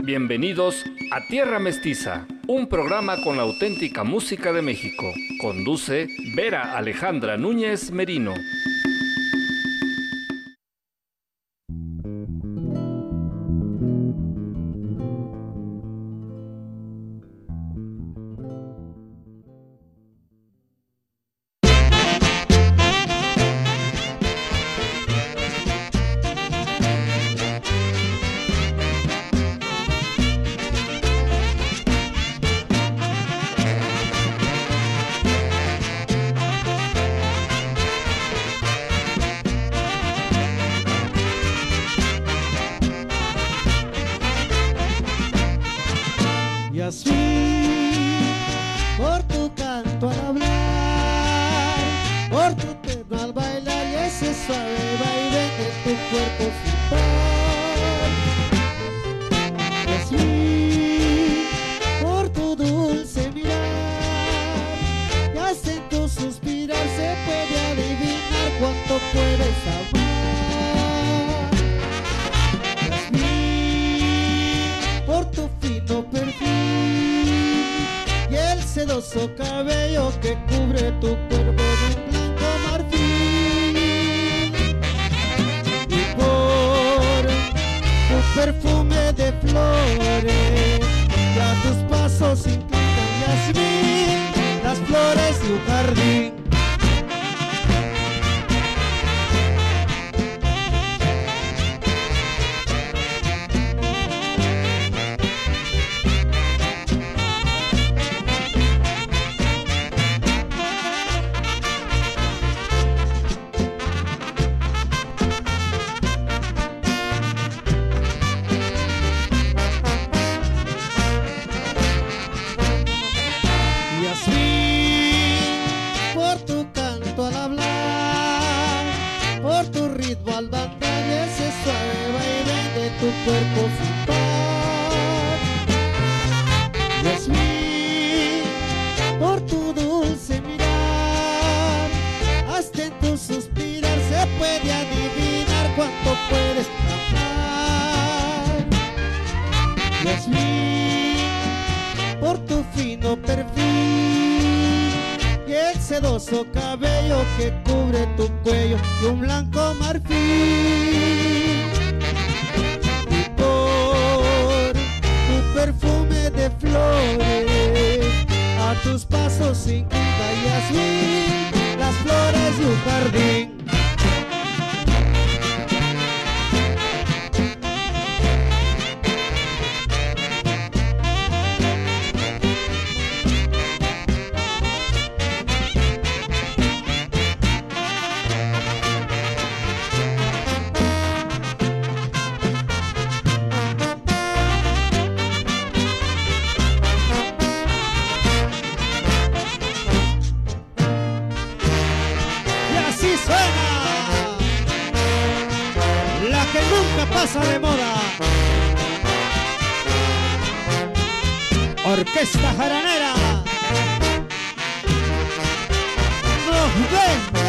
Bienvenidos a Tierra Mestiza, un programa con la auténtica música de México. Conduce Vera Alejandra Núñez Merino. Cabello que cubre tu cuerpo de un blanco marfil, y por tu perfume de flores y a tus pasos inclinan Yasmín, las flores de un jardín. Cuerpo sin par, Yasmín, por tu dulce mirar, hasta en tu suspirar se puede adivinar cuánto puedes amar. Yasmín, por tu fino perfil y el sedoso cabello que cubre tu cuello de un blanco marfil. Perfume de flores, a tus pasos inclina Yasmín, las flores de un jardín. Pasa de moda, orquesta jaranera, nos ven.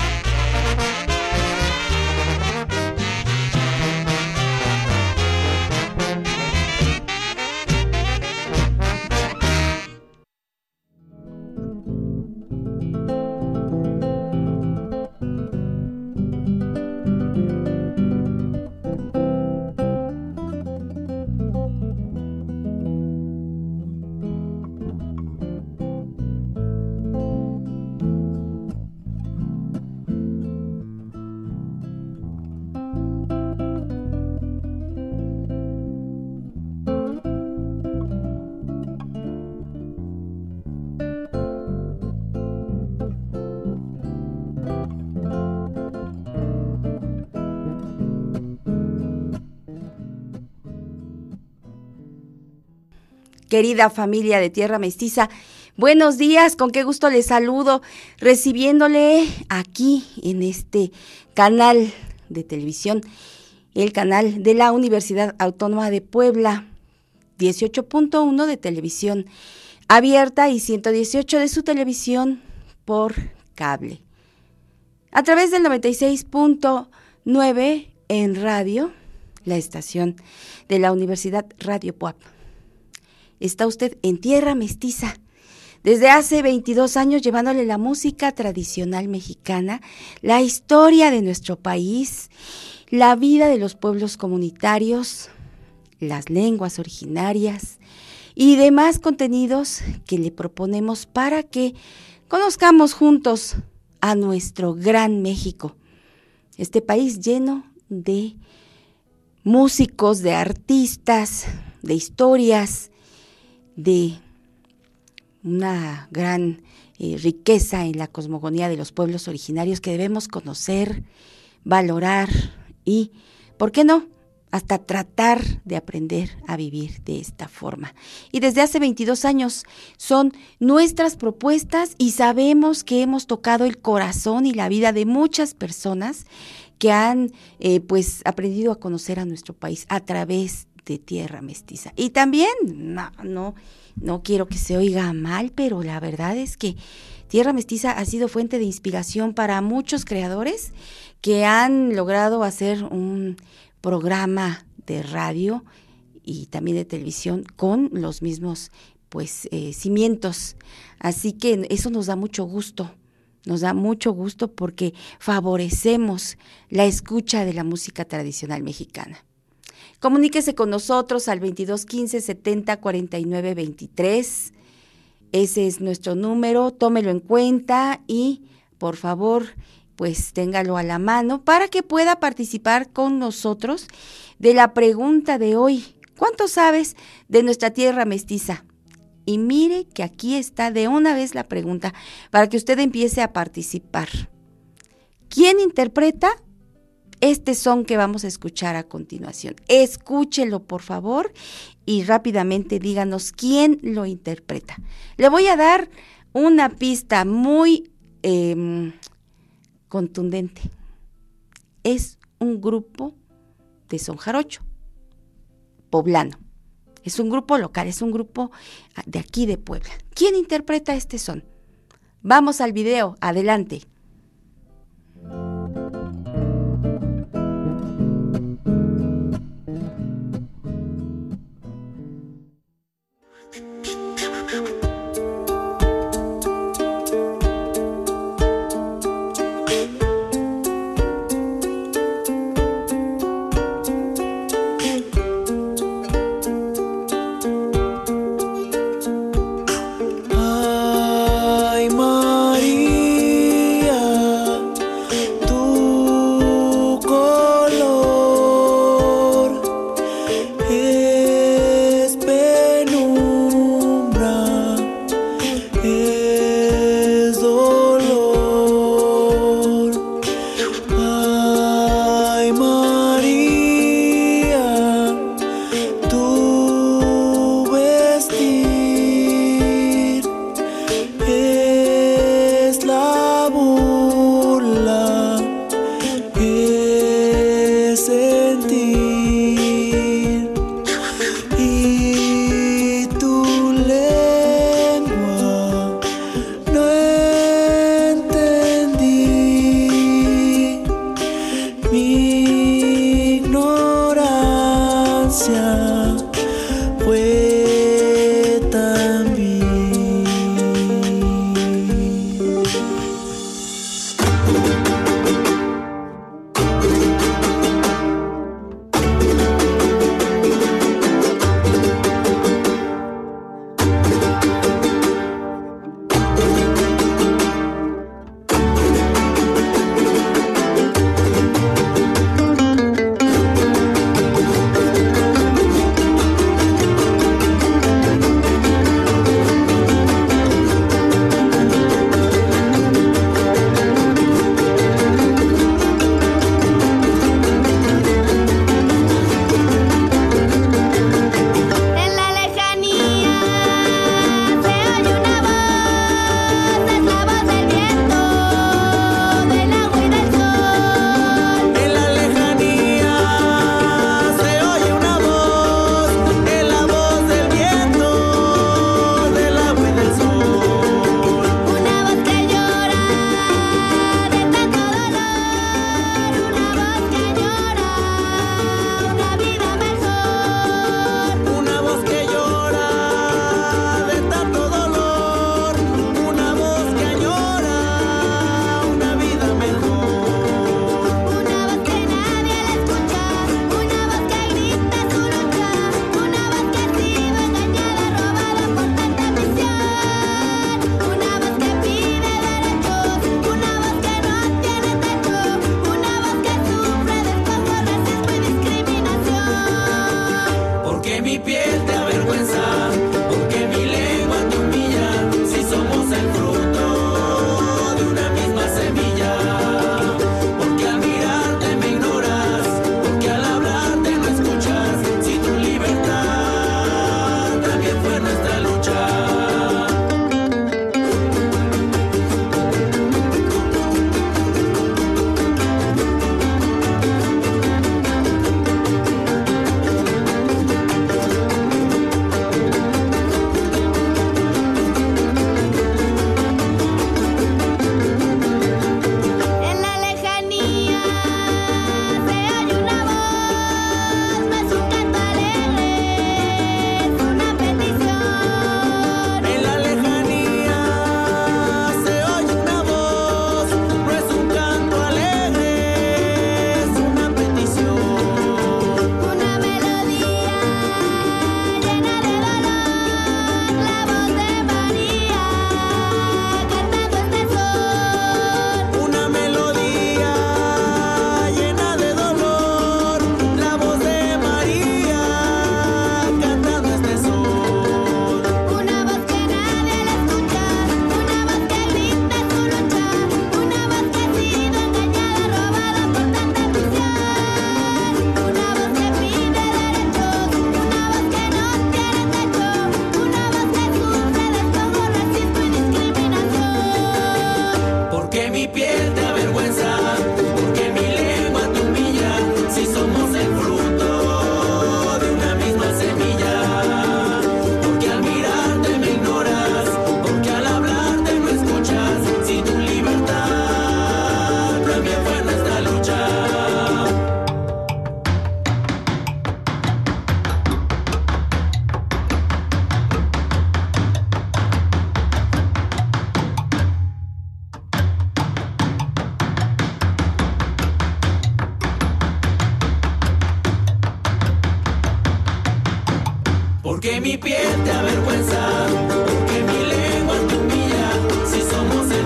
Querida familia de Tierra Mestiza, buenos días, con qué gusto les saludo, recibiéndole aquí en este canal de televisión, el canal de la Universidad Autónoma de Puebla, 18.1 de televisión abierta y 118 de su televisión por cable. A través del 96.9 en radio la estación de la Universidad Radio Puap. Está usted en Tierra Mestiza, desde hace 22 años llevándole la música tradicional mexicana, la historia de nuestro país, la vida de los pueblos comunitarios, las lenguas originarias y demás contenidos que le proponemos para que conozcamos juntos a nuestro gran México, este país lleno de músicos, de artistas, de historias, de una gran riqueza en la cosmogonía de los pueblos originarios que debemos conocer, valorar y, ¿por qué no?, hasta tratar de aprender a vivir de esta forma. Y desde hace 22 años son nuestras propuestas y sabemos que hemos tocado el corazón y la vida de muchas personas que han pues aprendido a conocer a nuestro país a través de Tierra Mestiza. Y también, no quiero que se oiga mal, pero la verdad es que Tierra Mestiza ha sido fuente de inspiración para muchos creadores que han logrado hacer un programa de radio y también de televisión con los mismos cimientos. Así que eso nos da mucho gusto porque favorecemos la escucha de la música tradicional mexicana. Comuníquese con nosotros al 2215 70 49 23. Ese es nuestro número, tómelo en cuenta y por favor, pues téngalo a la mano para que pueda participar con nosotros de la pregunta de hoy. ¿Cuánto sabes de nuestra tierra mestiza? Y mire que aquí está de una vez la pregunta para que usted empiece a participar. ¿Quién interpreta este son que vamos a escuchar a continuación? Escúchelo, por favor, y rápidamente díganos quién lo interpreta. Le voy a dar una pista muy contundente. Es un grupo de son jarocho, poblano. Es un grupo local, es un grupo de aquí de Puebla. ¿Quién interpreta este son? Vamos al video, adelante. porque mi piel te avergüenza, porque mi lengua te humilla, si somos el fruto de una misma semilla. Porque al mirarte me ignoras, porque al hablarte no escuchas, si tu libertad también fue nuestra lucha. Porque mi piel te avergüenza, porque mi lengua te humilla, si somos el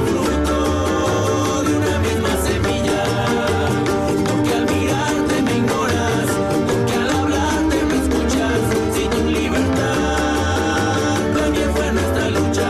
fruto de una misma semilla. Porque al mirarte me ignoras, porque al hablarte me escuchas, si tu libertad también fue nuestra lucha.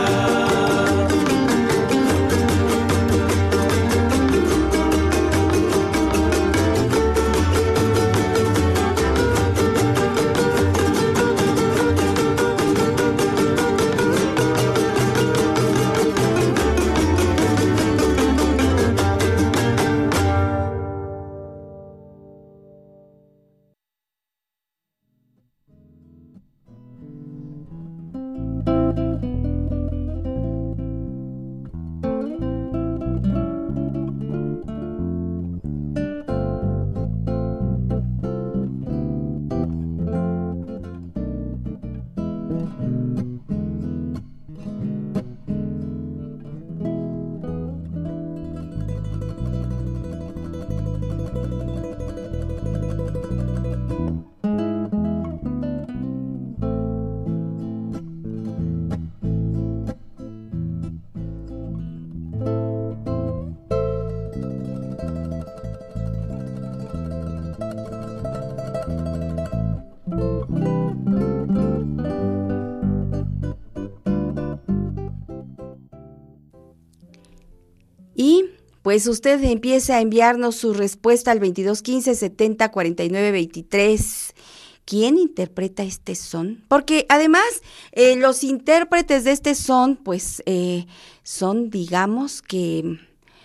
Y pues usted empieza a enviarnos su respuesta al 2215 70 49 23. ¿Quién interpreta este son? Porque además los intérpretes de este son, pues son, digamos que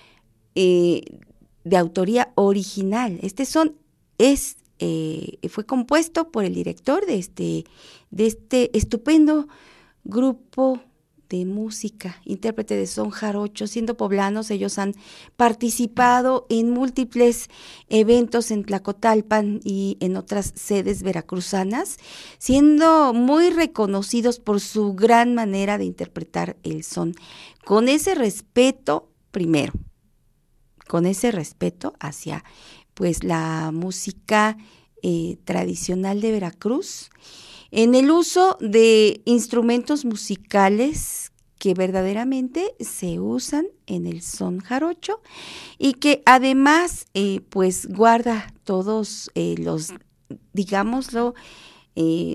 de autoría original. Este son fue compuesto por el director de este estupendo grupo de música, intérprete de son jarocho. Siendo poblanos, ellos han participado en múltiples eventos en Tlacotalpan y en otras sedes veracruzanas, siendo muy reconocidos por su gran manera de interpretar el son. Con ese respeto, primero, con ese respeto hacia pues la música tradicional de Veracruz, en el uso de instrumentos musicales que verdaderamente se usan en el son jarocho y que además pues guarda todos los, digámoslo,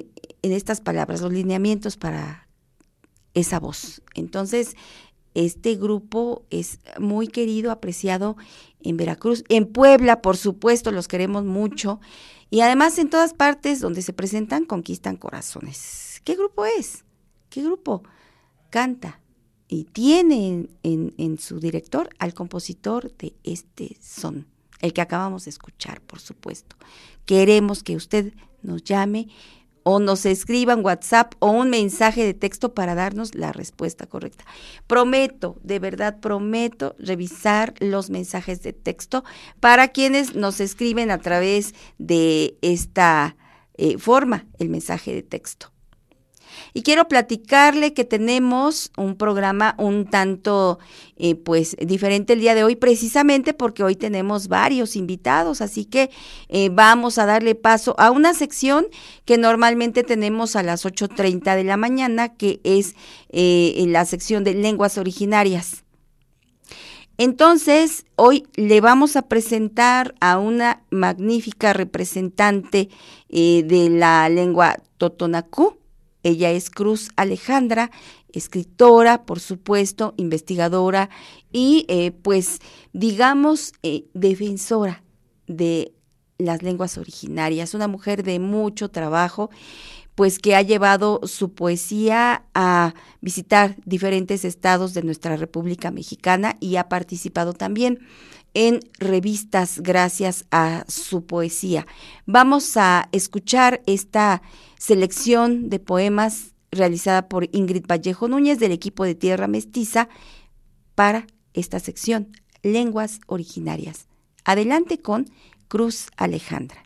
en estas palabras, los lineamientos para esa voz. Entonces, este grupo es muy querido, apreciado en Veracruz, en Puebla, por supuesto, los queremos mucho, y además en todas partes donde se presentan, conquistan corazones. ¿Qué grupo es? ¿Qué grupo? Canta y tiene en su director al compositor de este son, el que acabamos de escuchar, por supuesto. Queremos que usted nos llame o nos escriba en WhatsApp o un mensaje de texto para darnos la respuesta correcta. Prometo, de verdad prometo revisar los mensajes de texto para quienes nos escriben a través de esta forma, el mensaje de texto. Y quiero platicarle que tenemos un programa un tanto pues diferente el día de hoy, precisamente porque hoy tenemos varios invitados, así que vamos a darle paso a una sección que normalmente tenemos a las 8:30 de la mañana, que es la sección de lenguas originarias. Entonces, hoy le vamos a presentar a una magnífica representante de la lengua totonacú. Ella es Cruz Alejandra, escritora, por supuesto, investigadora y pues digamos defensora de las lenguas originarias, una mujer de mucho trabajo, pues que ha llevado su poesía a visitar diferentes estados de nuestra República Mexicana y ha participado también en revistas gracias a su poesía. Vamos a escuchar esta selección de poemas realizada por Ingrid Vallejo Núñez del equipo de Tierra Mestiza para esta sección, Lenguas Originarias. Adelante con Cruz Alejandra.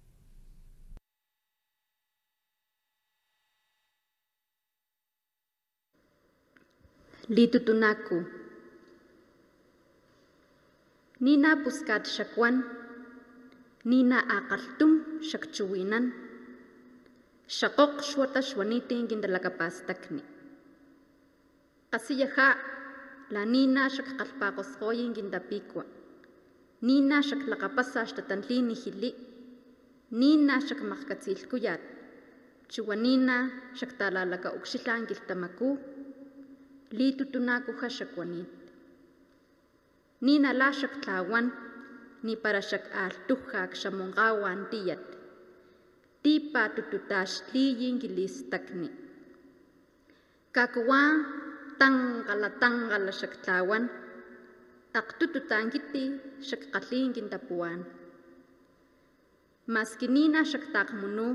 Litutunaku Nina puskat shakwan, Nina aqaltum shakchuwinan, Shaqoq shwata shwanitin gindalakapastakni. Qasiyaha la Nina shakqalpaqosqoyin gindapikwa, Nina shaklaqapasa shtatantlini hili, Nina shakmaqkatsilkuyat, Chuwanina shaktalalaka ukshilan giltamaku, Litutunaku hashakwanit. Nina la shaktlawan, ni para shakaltuhak shamongawan tiyat. Tipa tututash liyin gilistakni. Kakwa tangala shaktlawan, taktututangiti shakkatlin gintapuan. Maskinina shaktakmunu,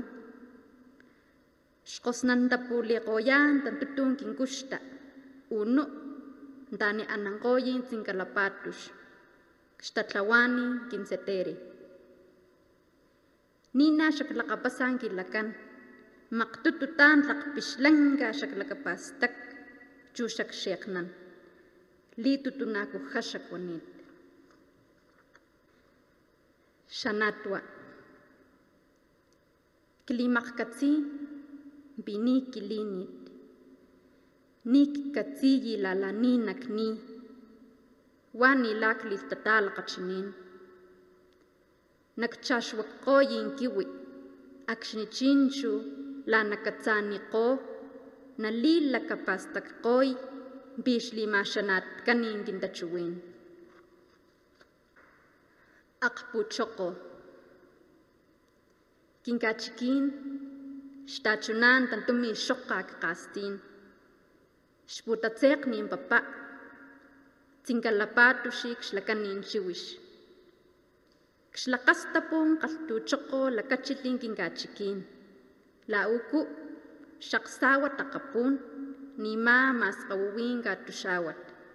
shkosnantapuliqoyan tantutun kinkushta, unu dani anangoyin tsinkalapatus, shtatlawani kinseteri. Nina shaklakapasan kilakan, maqtututan tlaqpishlanga shaklakapastak, chushak sheknan, litutunaku hashakwanit. Shanatwa Kilimakatsi bini kilinit, Nik katsiyi lalaninakni, Wani laklil tatalakachinin, Nakchashwakoyin kiwi, Akshnichinchu la nakatsaniqo, Nalila kapastakqoy, Bishlimashanat kanin gindachuwin. Aqpuchoko Kinkachikin, Shtachunan tantumi shokak kastin, Shputatzeknin papa, Tsinkalapatushik shlakanin chiwish. Xlaqastapun qaltuchoko lakachitlin kinkachikin. La uku shaqsawa taqapun, nima masqawuwin katushawat.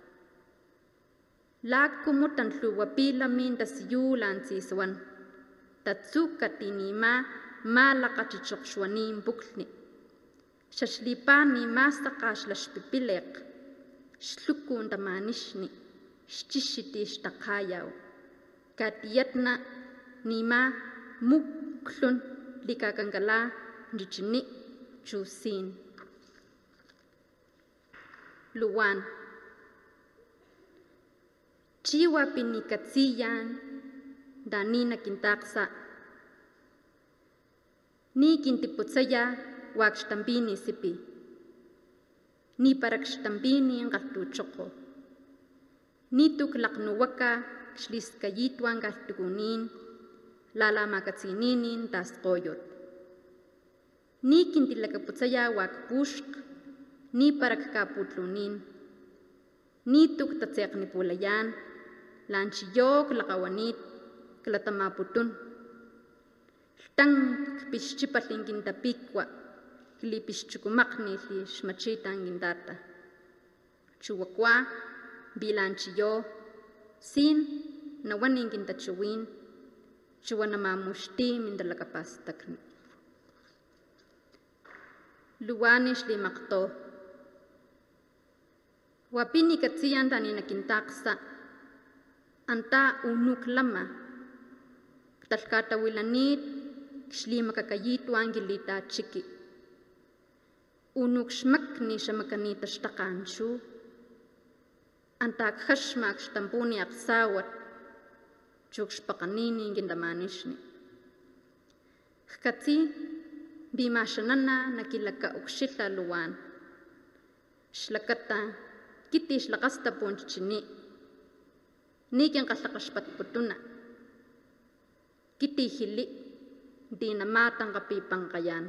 La kumutan tluwapilamin tasiyulan siswan. Tatsukati nima malaqachichoqshwanin buklni. Shashlipani masaqash lashpipilek, shlukun tamanishni, shchishiti shtaqayaw. Katiyatna nima muklun likakankala ndichini chusin. Luwan Chiwa pinikatsiyan danina kintaksa. Ni kintiputsaya wakxtampini sipi. Ni parakxtampini ngaltuchoko. Ni tuklaknuwaka xliskayituan galtukunin, lalamakatzinin tasqoyot. Ni kintilakaputzaya wakpushk, ni parakkaputlunin. Ni tuktatseqnipulayan, lanchiyok laqawanit, klatamaputun. Tang kpixchipalin kintapikwa, klipixchukumakni li xmachitan gindata. Chuwakwa, bilanchiyo, sin nawanin kintachuwin, chuwanamamushti mindalakapastakni. Luwanex limakto. Wapini katsiyan tani nakintaksa, anta unuk lama, ktalkatawilanit, xlimakakayitu angilita chiki. Unuk xmakni xamakanita xtaqanchu, anta khaxmak xtampuni aqsawat, chuk xpaqanini gindamanishni. Katsi, bimashanana nakilaka ukshita luwan. Shlakata, kiti shlakasta ponchichini. Nikin kaslakashpat putuna. Kiti hili, di namatang kapipang kayan.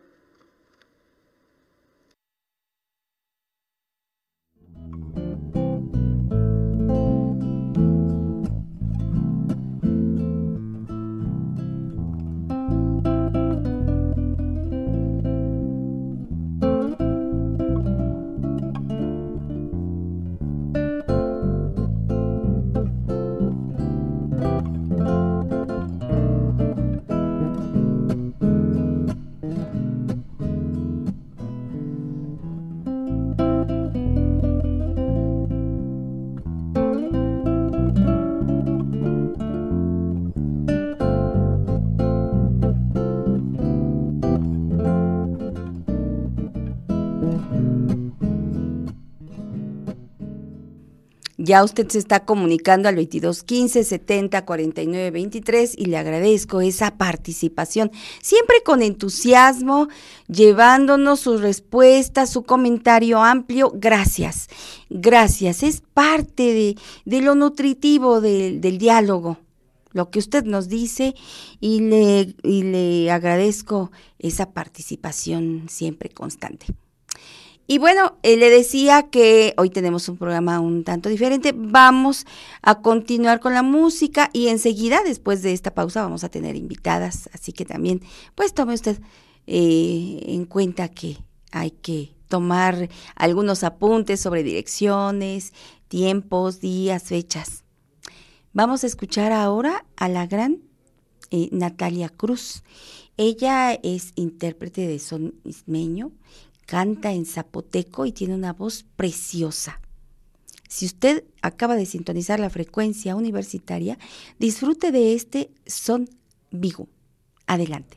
Ya usted se está comunicando al 22 15 70 49 23 y le agradezco esa participación, siempre con entusiasmo, llevándonos sus respuestas, su comentario amplio. Gracias, gracias. Es parte de lo nutritivo del diálogo, lo que usted nos dice, y le agradezco esa participación siempre constante. Y bueno, le decía que hoy tenemos un programa un tanto diferente. Vamos a continuar con la música y enseguida, después de esta pausa, vamos a tener invitadas. Así que también, pues tome usted en cuenta que hay que tomar algunos apuntes sobre direcciones, tiempos, días, fechas. Vamos a escuchar ahora a la gran Natalia Cruz. Ella es intérprete de son ismeño, canta en zapoteco y tiene una voz preciosa. Si usted acaba de sintonizar la frecuencia universitaria, disfrute de este son vigo. Adelante.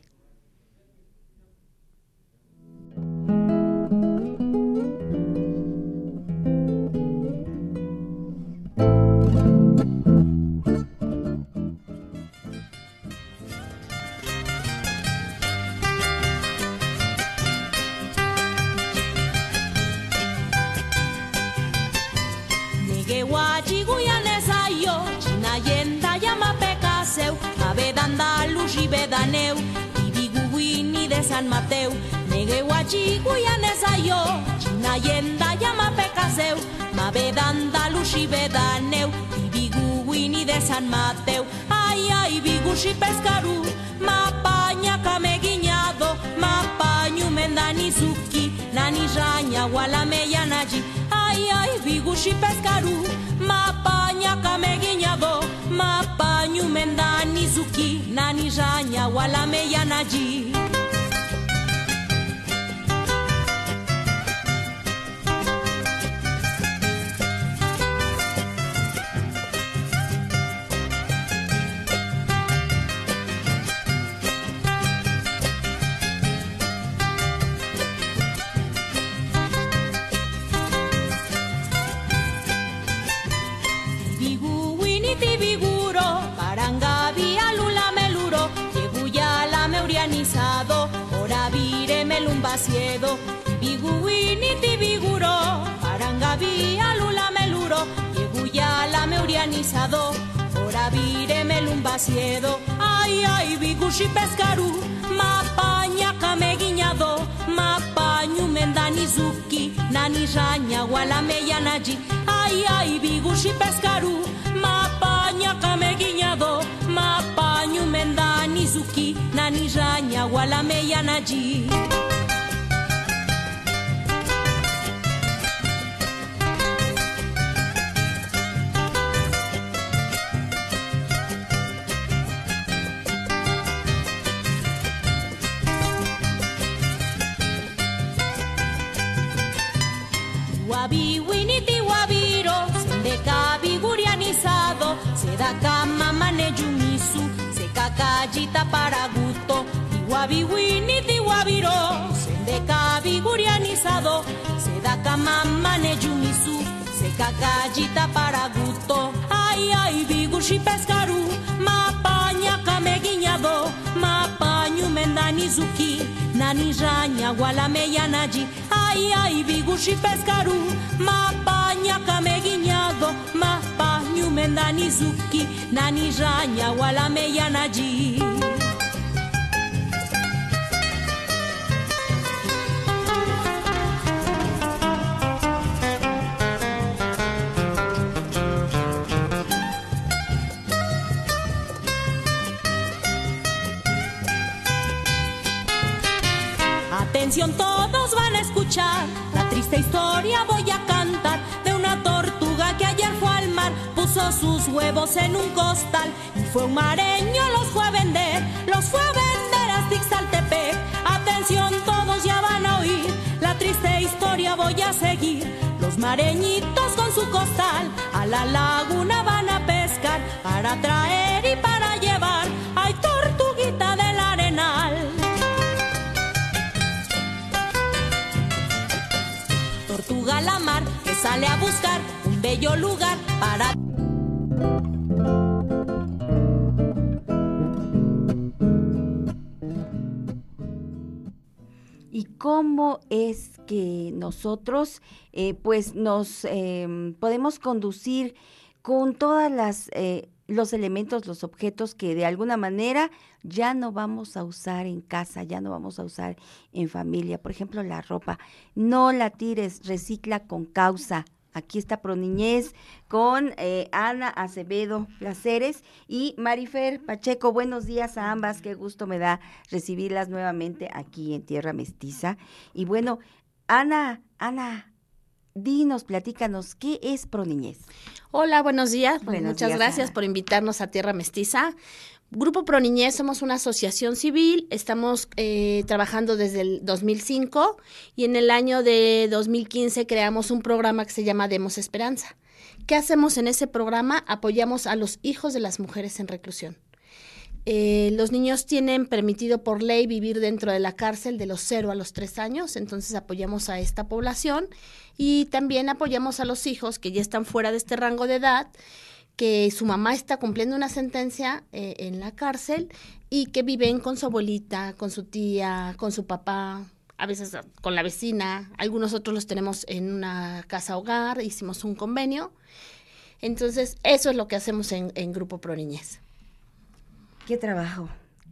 Daneu, Ibiguini de San Mateo, Neguachi, Guyanesa yo, Chinayenda llama Pecaseu, Mabedanda Lushi Bedaneu, Ibiguini de San Mateo, ay ay Bigushi Pescaru, Mapaña Cameguiñado, Mapañu Mendanizuki, Nani Jaña, Gualameyanaji, ay ay Bigushi Pescaru, Mapaña Cameguiñado, Mapañu Mendanizuki, Nani Jaña, Gualameyanaji. Parangabia lula meluro, Yeguya la meurianizado, melun basiedo, tibiguini tibiguro, parangabi alula meluro, yeguya la meurianizado, ora vire melun basiedo, ay ay bigushi pescaru, mapaña cameguiñado, mapañu mendanizuki, nani raña gualameyanaji, ay ay bigushi pescaru, mapaña cameguiñado, mapañu mendanizuki, nani raña gualameyanaji. Wabiwiniti wabiro, sendeka bigurianizado, sedaka mamane yumisu, sekakajita para gusto. Wabiwiniti wabiro, sendeka bigurianizado, sedaka mamane yumisu, sekakajita para gusto. Ay ay bigushi pescaru, mapaña cameguiñado, mapañu mendanizuki, nani raña gualameyanaji. Ay ay bigushi pescaru, mapaña cameguiñado, mapañu mendanizuki, nani raña gualameyanaji. Atención, todos van a escuchar, la triste historia voy a cantar de una tortuga que ayer fue al mar, puso sus huevos en un costal y fue un mareño, los fue a vender a Tixaltepec. Atención, todos ya van a oír, la triste historia voy a seguir. Los mareñitos con su costal a la laguna van a pescar para traer y para llevar, ay tortuguita del arenal. Tortuga a la mar que sale a buscar un bello lugar para... ¿Y cómo es que nosotros pues nos podemos conducir con todas los elementos, los objetos que de alguna manera ya no vamos a usar en casa, ya no vamos a usar en familia? Por ejemplo, la ropa. No la tires, recicla con causa. Aquí está Proniñez con Ana Acevedo Placeres y Marifer Pacheco. Buenos días a ambas, qué gusto me da recibirlas nuevamente aquí en Tierra Mestiza. Y bueno, Ana, dinos, platícanos, ¿qué es Proniñez? Hola, buenos días. Buenos Muchas días, gracias Ana, por invitarnos a Tierra Mestiza. Grupo Proniñez somos una asociación civil, estamos trabajando desde el 2005 y en el año de 2015 creamos un programa que se llama Demos Esperanza. ¿Qué hacemos en ese programa? Apoyamos a los hijos de las mujeres en reclusión. Los niños tienen permitido por ley vivir dentro de la cárcel de los 0 a los 3 años, entonces apoyamos a esta población y también apoyamos a los hijos que ya están fuera de este rango de edad, que su mamá está cumpliendo una sentencia en la cárcel y que viven con su abuelita, con su tía, con su papá, a veces con la vecina. Algunos otros los tenemos en una casa hogar, hicimos un convenio. Entonces, eso es lo que hacemos en Grupo Proniñez. Qué trabajo,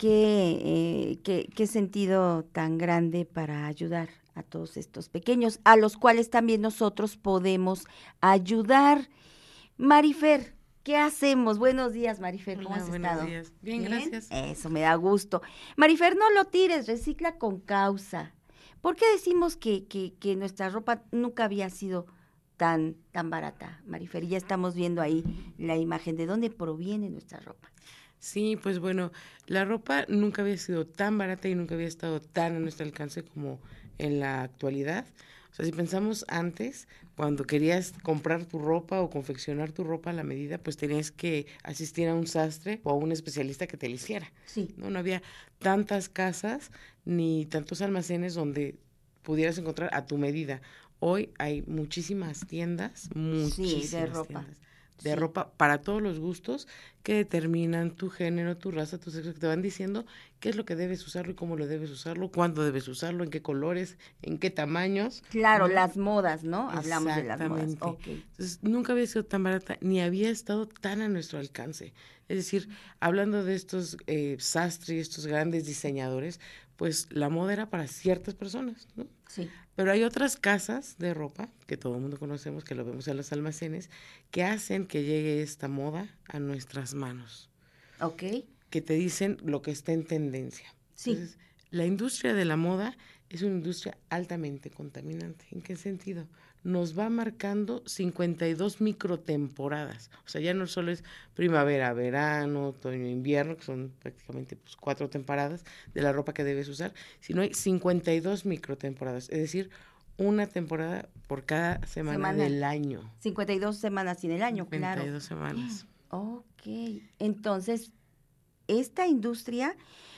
qué sentido tan grande para ayudar a todos estos pequeños, a los cuales también nosotros podemos ayudar. Marifer, ¿qué hacemos? Buenos días, Marifer, ¿cómo has estado? Buenos días. Bien, gracias. Eso, me da gusto. Marifer, no lo tires, recicla con causa. ¿Por qué decimos que nuestra ropa nunca había sido tan barata, Marifer? Ya estamos viendo ahí la imagen de dónde proviene nuestra ropa. Sí, pues bueno, la ropa nunca había sido tan barata y nunca había estado tan a nuestro alcance como en la actualidad. O sea, si pensamos antes, cuando querías comprar tu ropa o confeccionar tu ropa a la medida, pues tenías que asistir a un sastre o a un especialista que te la hiciera. Sí. No había tantas casas ni tantos almacenes donde pudieras encontrar a tu medida. Hoy hay muchísimas tiendas, de ropa. tiendas de Sí. ropa para todos los gustos que determinan tu género, tu raza, tu sexo, que te van diciendo qué es lo que debes usarlo y cómo lo debes usarlo, cuándo debes usarlo, en qué colores, en qué tamaños. Claro, ¿no? las modas, ¿no? Hablamos de las modas. Exactamente. Ok. Entonces, nunca había sido tan barata, ni había estado tan a nuestro alcance. Es decir, hablando de estos sastres y estos grandes diseñadores, pues la moda era para ciertas personas, ¿no? Sí. Pero hay otras casas de ropa, que todo el mundo conocemos, que lo vemos en los almacenes, que hacen que llegue esta moda a nuestras manos, Ok. que te dicen lo que está en tendencia. Sí. Entonces, la industria de la moda es una industria altamente contaminante. ¿En qué sentido? Nos va marcando 52 microtemporadas. O sea, ya no solo es primavera, verano, otoño, invierno, que son prácticamente 4 temporadas de la ropa que debes usar, sino hay 52 microtemporadas. Es decir, una temporada por cada semana del año. 52 semanas en el año, 52 claro. semanas. Ok. Entonces, esta industria,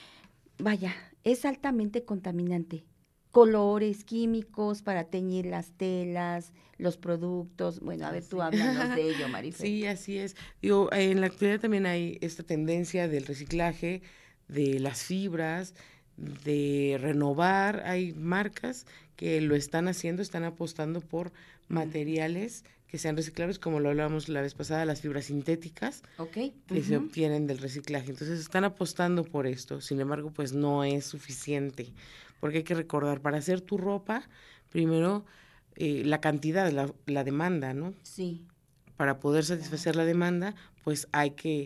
vaya, es altamente contaminante. Colores, químicos para teñir las telas, los productos. Bueno, a ver, tú háblanos de ello, Marifer. Sí, así es. Digo, en la actualidad también hay esta tendencia del reciclaje, de las fibras, de renovar. Hay marcas que lo están haciendo, están apostando por materiales que sean reciclables, como lo hablábamos la vez pasada, las fibras sintéticas Ok. que se obtienen del reciclaje. Entonces están apostando por esto. Sin embargo, pues no es suficiente, porque hay que recordar, para hacer tu ropa, primero la cantidad, la demanda, ¿no? Sí. Para poder satisfacer la demanda, pues hay que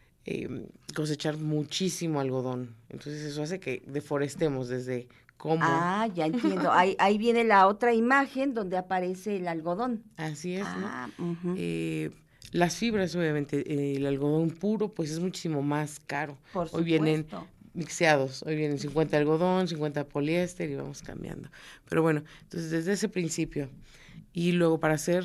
cosechar muchísimo algodón. Entonces eso hace que deforestemos desde cómo. Ah, ya entiendo. Ahí viene la otra imagen donde aparece el algodón. Así es, Ah, ¿no? ujú. Las fibras, obviamente, el algodón puro, pues es muchísimo más caro. Por Hoy vienen supuesto. mixeados, hoy vienen 50 algodón, 50 poliéster y vamos cambiando. Pero bueno, entonces desde ese principio y luego para hacer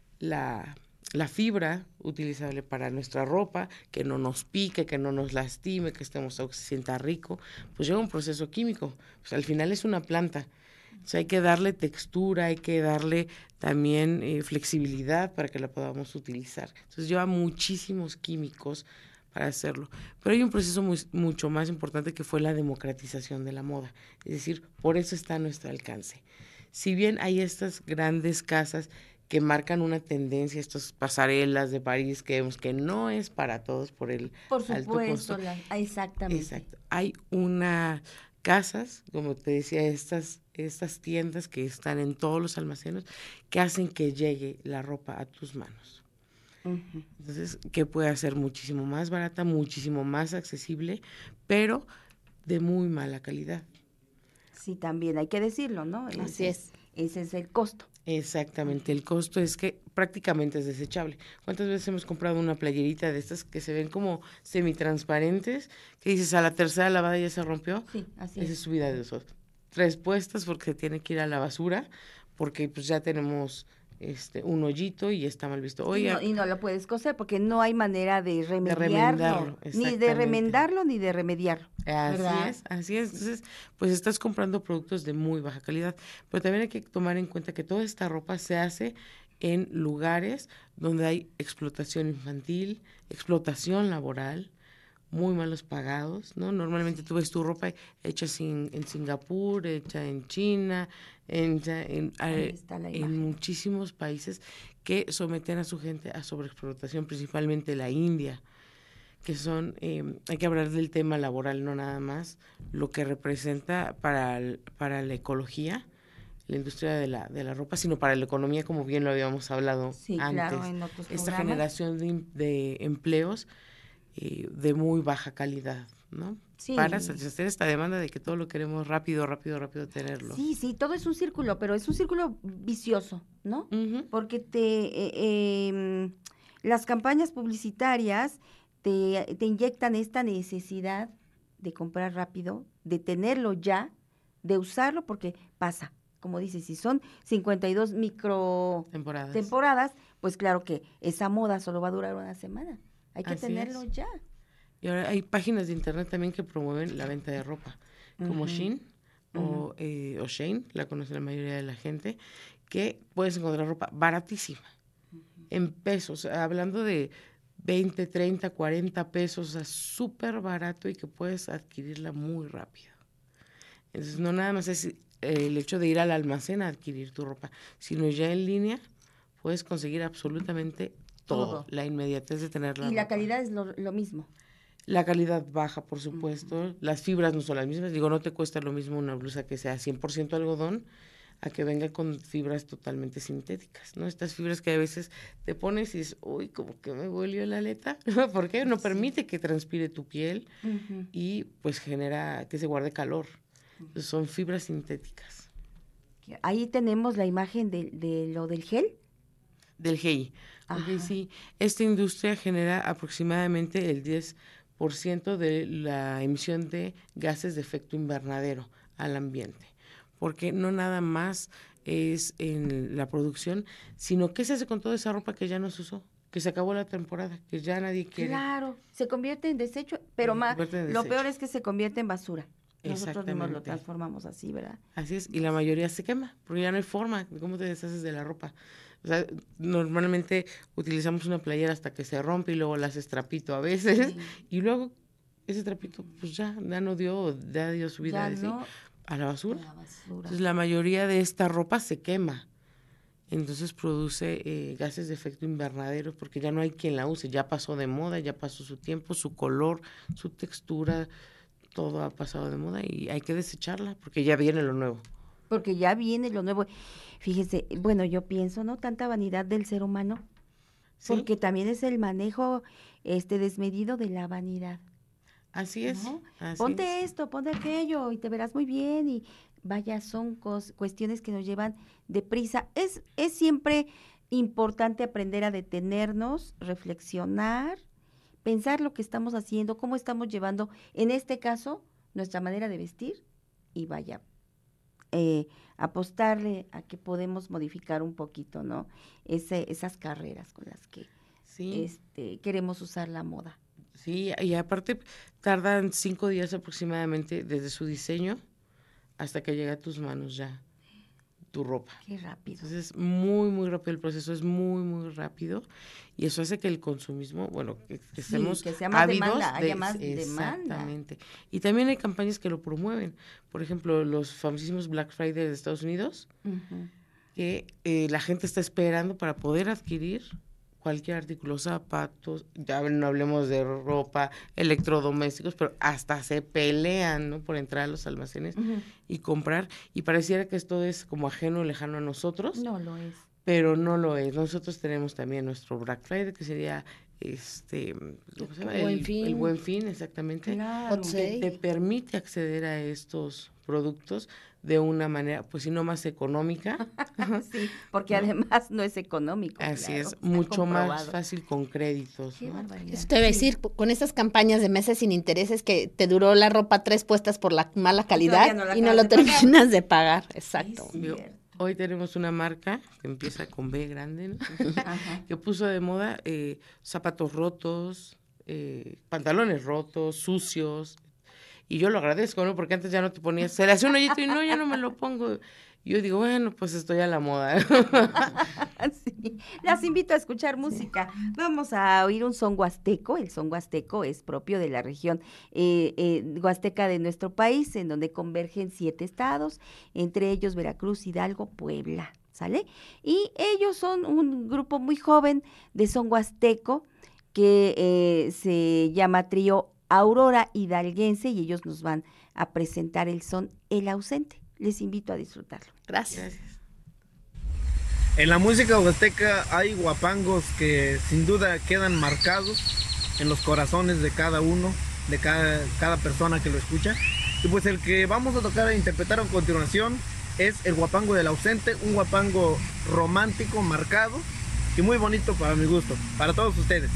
la fibra utilizable para nuestra ropa, que no nos pique, que no nos lastime, que se sienta rico, pues lleva un proceso químico. Pues al final es una planta. O sea, hay que darle textura, hay que darle también flexibilidad para que la podamos utilizar. Entonces lleva muchísimos químicos para hacerlo. Pero hay un proceso mucho más importante que fue la democratización de la moda. Es decir, por eso está a nuestro alcance. Si bien hay estas grandes casas que marcan una tendencia, estas pasarelas de París que vemos que no es para todos por el Por alto supuesto, costo. exactamente. Exacto. Hay una casas, como te decía, estas tiendas que están en todos los almacenes que hacen que llegue la ropa a tus manos. Ujú. Entonces, que puede ser muchísimo más barata, muchísimo más accesible, pero de muy mala calidad. Sí, también hay que decirlo, ¿no? Así es. Ese es el costo. Exactamente, el costo es que prácticamente es desechable. ¿Cuántas veces hemos comprado una playerita de estas que se ven como semitransparentes, que dices a la tercera lavada ya se rompió? Sí, así Esa es. es su vida de uso. 3 puestas porque se tiene que ir a la basura, porque pues ya tenemos un hoyito y está mal visto. Oye, Y no lo puedes coser porque no hay manera de remendarlo, ni de exactamente. remendarlo ni de remediarlo. ¿verdad? Así es. Entonces, pues estás comprando productos de muy baja calidad. Pero también hay que tomar en cuenta que toda esta ropa se hace en lugares donde hay explotación infantil, explotación laboral, muy malos pagados, ¿no? Normalmente tú ves tu ropa hecha en Singapur, hecha en China, hecha Ahí está la en imagen. muchísimos países que someten a su gente a sobreexplotación, principalmente la India, que son, hay que hablar del tema laboral, no nada más, lo que representa para la ecología, la industria de la ropa, sino para la economía, como bien lo habíamos hablado Sí, antes. claro, en otros Esta programas. generación de empleos de muy baja calidad, ¿no? Sí. Para satisfacer esta demanda de que todo lo queremos rápido tenerlo. Sí, todo es un círculo, pero es un círculo vicioso, ¿no? Ujú. Porque las campañas publicitarias te inyectan esta necesidad de comprar rápido, de tenerlo ya, de usarlo, porque pasa, como dices, si son 52 temporadas, pues claro que esa moda solo va a durar una semana. Hay que Así tenerlo es. ya. Y ahora hay páginas de internet también que promueven la venta de ropa, como Ujú. Shein o Shein, la conoce la mayoría de la gente, que puedes encontrar ropa baratísima. en pesos, hablando de 20, 30, 40 pesos, o sea, súper barato y que puedes adquirirla muy rápido. Entonces, no nada más es el hecho de ir al almacén a adquirir tu ropa, sino ya en línea puedes conseguir absolutamente todo. La inmediatez de tener la ropa. Y la calidad es lo mismo. La calidad baja, por supuesto. Las fibras no son las mismas. Digo, no te cuesta lo mismo una blusa que sea 100% algodón a que venga con fibras totalmente sintéticas, ¿no? Estas fibras que a veces te pones y dices, uy, como que me huelió la aleta. ¿Por qué? No permite que transpire tu piel y pues genera que se guarde calor. Entonces, son fibras sintéticas. Ahí tenemos la imagen de lo del gel. Del GEI. Okay, sí, esta industria genera aproximadamente el 10% de la emisión de gases de efecto invernadero al ambiente, porque no nada más es en la producción, sino que se hace con toda esa ropa que ya no se usó, que se acabó la temporada, que ya nadie quiere. Claro, se convierte en desecho, pero más, lo peor es que se convierte en basura. Nosotros mismos lo transformamos así, ¿verdad? Así es, y la mayoría se quema, porque ya no hay forma de cómo te deshaces de la ropa. O sea, normalmente utilizamos una playera hasta que se rompe y luego la haces trapito a veces, y luego ese trapito pues ya no dio su vida a la basura. Entonces la mayoría de esta ropa se quema, entonces produce gases de efecto invernadero porque ya no hay quien la use, ya pasó de moda, ya pasó su tiempo, su color, su textura, todo ha pasado de moda y hay que desecharla porque ya viene lo nuevo. Porque ya viene lo nuevo. Fíjese, bueno, yo pienso, ¿no? Tanta vanidad del ser humano, ¿sí? Porque también es el manejo desmedido de la vanidad. Así es. ¿No? Así ponte es. Esto, ponte aquello y te verás muy bien y vaya, son cuestiones que nos llevan deprisa. Es siempre importante aprender a detenernos, reflexionar, pensar lo que estamos haciendo, cómo estamos llevando, en este caso, nuestra manera de vestir y vaya, apostarle a que podemos modificar un poquito, ¿no? Esas carreras con las que queremos usar la moda. Sí, y aparte tardan 5 días aproximadamente desde su diseño hasta que llega a tus manos ya tu ropa. Qué rápido. Entonces es muy, muy rápido el proceso, es muy, muy rápido y eso hace que el consumismo, bueno, que estemos que sea más ávidos demanda, haya más exactamente. Y también hay campañas que lo promueven. Por ejemplo, los famosísimos Black Friday de Estados Unidos, que la gente está esperando para poder adquirir cualquier artículo, zapatos, ya no hablemos de ropa, electrodomésticos, pero hasta se pelean, ¿no? Por entrar a los almacenes y comprar, y pareciera que esto es como ajeno, lejano a nosotros. No lo es. Pero no lo es. Nosotros tenemos también nuestro Black Friday, que sería ¿cómo se llama? El Buen Fin, exactamente. Claro. Que te permite acceder a estos productos de una manera, pues si no más económica. Sí, porque además no es económico. Así claro, es, mucho más fácil con créditos. Qué barbaridad. Eso te iba a decir, con esas campañas de meses sin intereses que te duró la ropa 3 puestas por la mala calidad y no lo terminas de pagar. Exacto. Hoy tenemos una marca que empieza con B grande, ¿no? Que puso de moda zapatos rotos, pantalones rotos, sucios. Y yo lo agradezco, ¿no? Porque antes ya no te ponías, se le hace un hoyito y no, ya no me lo pongo. Yo digo, bueno, pues estoy a la moda. Sí. Las invito a escuchar música. Vamos a oír un son huasteco. El son huasteco es propio de la región huasteca de nuestro país, en donde convergen 7 estados, entre ellos Veracruz, Hidalgo, Puebla, ¿sale? Y ellos son un grupo muy joven de son huasteco que se llama Trío Aurora Hidalguense y ellos nos van a presentar el son El Ausente. Les invito a disfrutarlo. Gracias. En la música huasteca hay guapangos que sin duda quedan marcados en los corazones de cada uno, de cada persona que lo escucha. Y pues el que vamos a tocar e interpretar a continuación es el guapango del Ausente, un guapango romántico, marcado y muy bonito para mi gusto, para todos ustedes.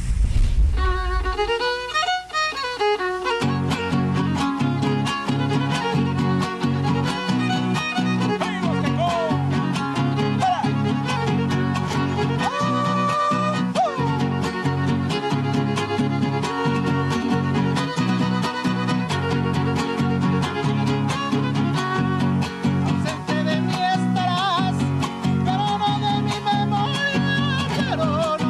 Ausente de mi estarás, pero no de mi memoria, pero no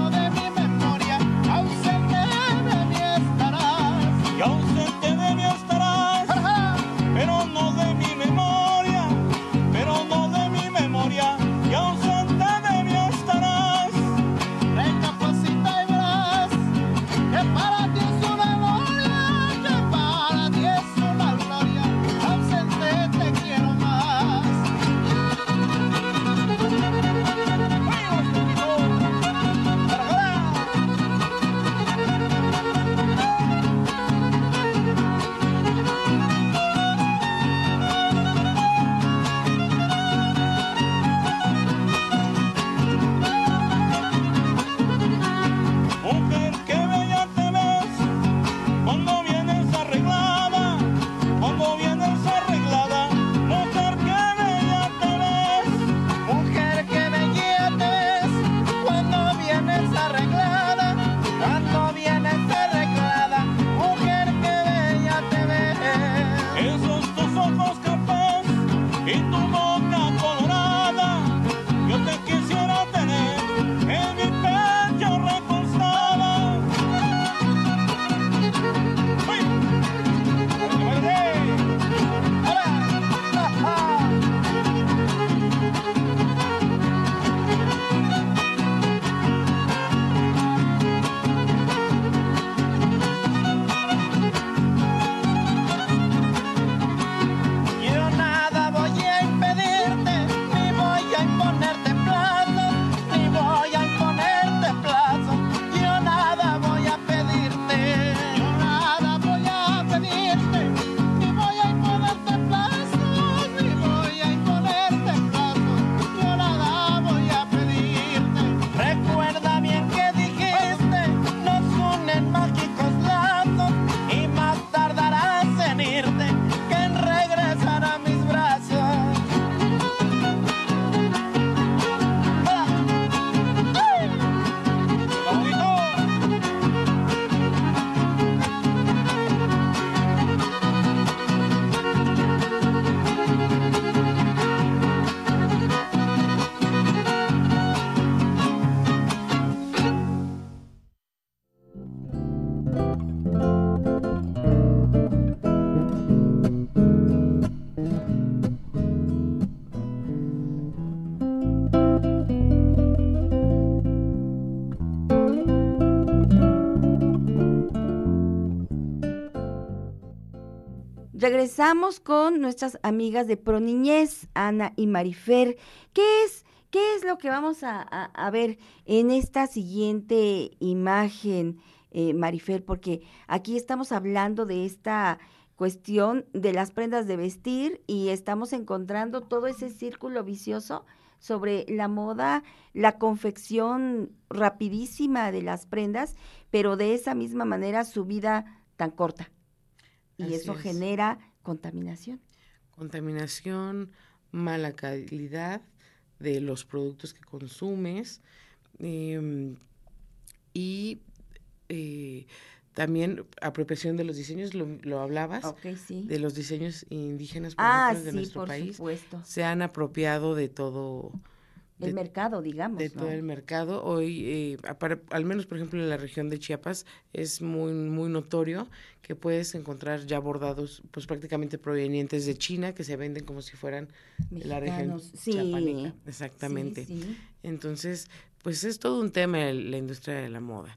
regresamos con nuestras amigas de Proniñez, Ana y Marifer. ¿Qué es lo que vamos a ver en esta siguiente imagen, Marifer? Porque aquí estamos hablando de esta cuestión de las prendas de vestir y estamos encontrando todo ese círculo vicioso sobre la moda, la confección rapidísima de las prendas, pero de esa misma manera su vida tan corta. Y Así eso es. genera contaminación. Contaminación, mala calidad de los productos que consumes, y también apropiación de los diseños, lo hablabas, Ok, sí. de los diseños indígenas, por Ah, ejemplo, de sí, nuestro por país. supuesto. Se han apropiado de todo. El mercado, digamos, De ¿no? todo el mercado. Hoy, al menos, por ejemplo, en la región de Chiapas, es muy, muy notorio que puedes encontrar ya bordados, pues prácticamente provenientes de China, que se venden como si fueran de la región Mexicanos, sí. chiapaneca. Exactamente. Sí, sí. Entonces, pues es todo un tema la industria de la moda.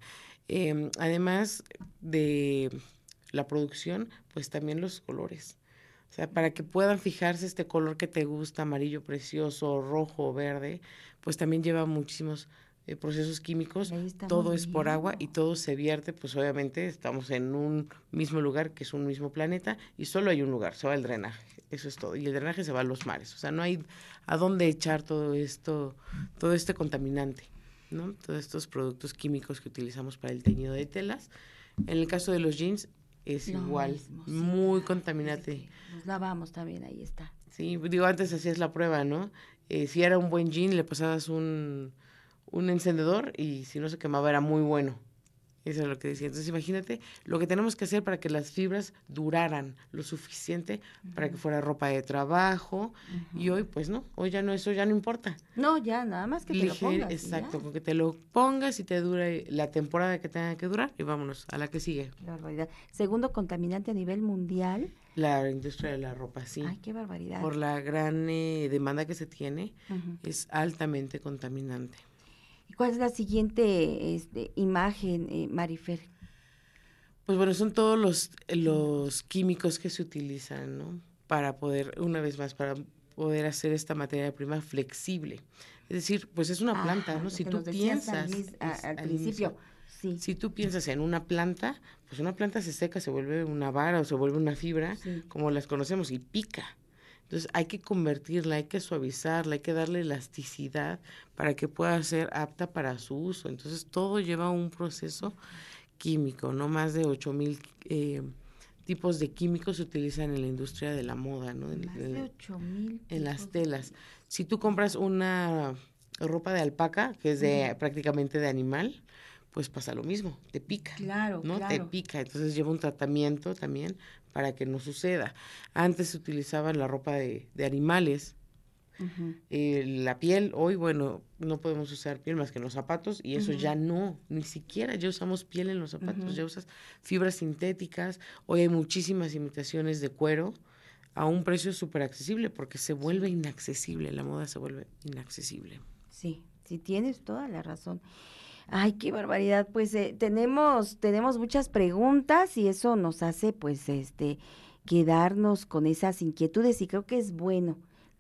Además de la producción, pues también los colores. O sea, para que puedan fijarse este color que te gusta, amarillo precioso, rojo o verde, pues también lleva muchísimos procesos químicos. Ahí estamos Todo es por agua viendo. y todo se vierte, pues obviamente estamos en un mismo lugar, que es un mismo planeta, y solo hay un lugar, se va el drenaje, eso es todo. Y el drenaje se va a los mares, o sea, no hay a dónde echar todo esto, todo este contaminante, ¿no? Todos estos productos químicos que utilizamos para el teñido de telas. En el caso de los jeans, es Lo igual, mismo, sí, muy claro, contaminante. desde que nos lavamos también, ahí está. Sí, digo, antes hacías la prueba, ¿no? Si era un buen jean, le pasabas un encendedor y si no se quemaba era muy bueno. Eso es lo que decía. Entonces, imagínate lo que tenemos que hacer para que las fibras duraran lo suficiente para que fuera ropa de trabajo. Y hoy, pues no, hoy ya no, eso ya no importa. No, ya, nada más que te lo pongas. y Exacto, ya. con que te lo pongas y te dure la temporada que tenga que durar y vámonos a la que sigue. Qué barbaridad. Segundo contaminante a nivel mundial. La industria de la ropa, sí. Ay, qué barbaridad. Por la gran demanda que se tiene, Ujú. es altamente contaminante. ¿Y cuál es la siguiente imagen, Marifer? Pues bueno, son todos los químicos que se utilizan, ¿no? Para poder, una vez más, para poder hacer esta materia prima flexible. Es decir, pues es una planta, ¿no? Lo Si que tú nos decías piensas al al principio, inicio, sí. si tú piensas en una planta, pues una planta se seca, se vuelve una vara o se vuelve una fibra, Sí. como las conocemos, y pica. Entonces hay que convertirla, hay que suavizarla, hay que darle elasticidad para que pueda ser apta para su uso. Entonces todo lleva un proceso químico, no más de 8,000 tipos de químicos se utilizan en la industria de la moda, ¿no? Más de 8,000 En las tipos de- telas. Si tú compras una ropa de alpaca, que es de prácticamente de animal, pues pasa lo mismo, te pica. Claro, ¿no? Te claro. pica, entonces lleva un tratamiento también para que no suceda. Antes se utilizaba la ropa de animales, Ujú. la piel, hoy, bueno, no podemos usar piel más que en los zapatos y eso Ujú. ya no, ni siquiera ya usamos piel en los zapatos, Ujú. ya usas fibras sintéticas, hoy hay muchísimas imitaciones de cuero a un precio súper accesible porque se vuelve inaccesible, la moda se vuelve inaccesible. Sí, sí, tienes toda la razón. Ay, qué barbaridad. Pues tenemos muchas preguntas y eso nos hace, pues, quedarnos con esas inquietudes y creo que es bueno.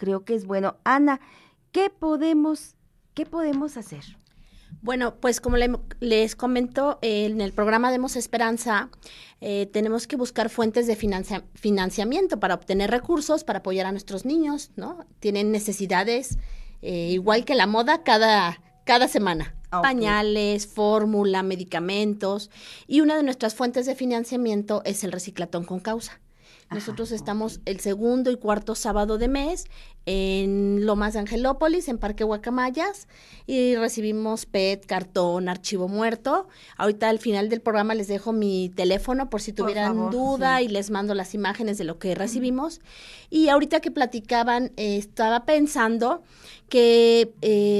Ana, ¿qué podemos hacer? Bueno, pues como les comento, en el programa Demos Esperanza, tenemos que buscar fuentes de financiamiento para obtener recursos, para apoyar a nuestros niños, ¿no? Tienen necesidades, igual que la moda, cada semana. Ok. Pañales, fórmula, medicamentos. Y una de nuestras fuentes de financiamiento es el Reciclatón con Causa. Nosotros estamos el segundo y cuarto sábado de mes en Lomas de Angelópolis, en Parque Guacamayas, y recibimos PET, cartón, archivo muerto. Ahorita al final del programa les dejo mi teléfono por si Por tuvieran favor, duda sí. y les mando las imágenes de lo que recibimos. Y ahorita que platicaban, estaba pensando que,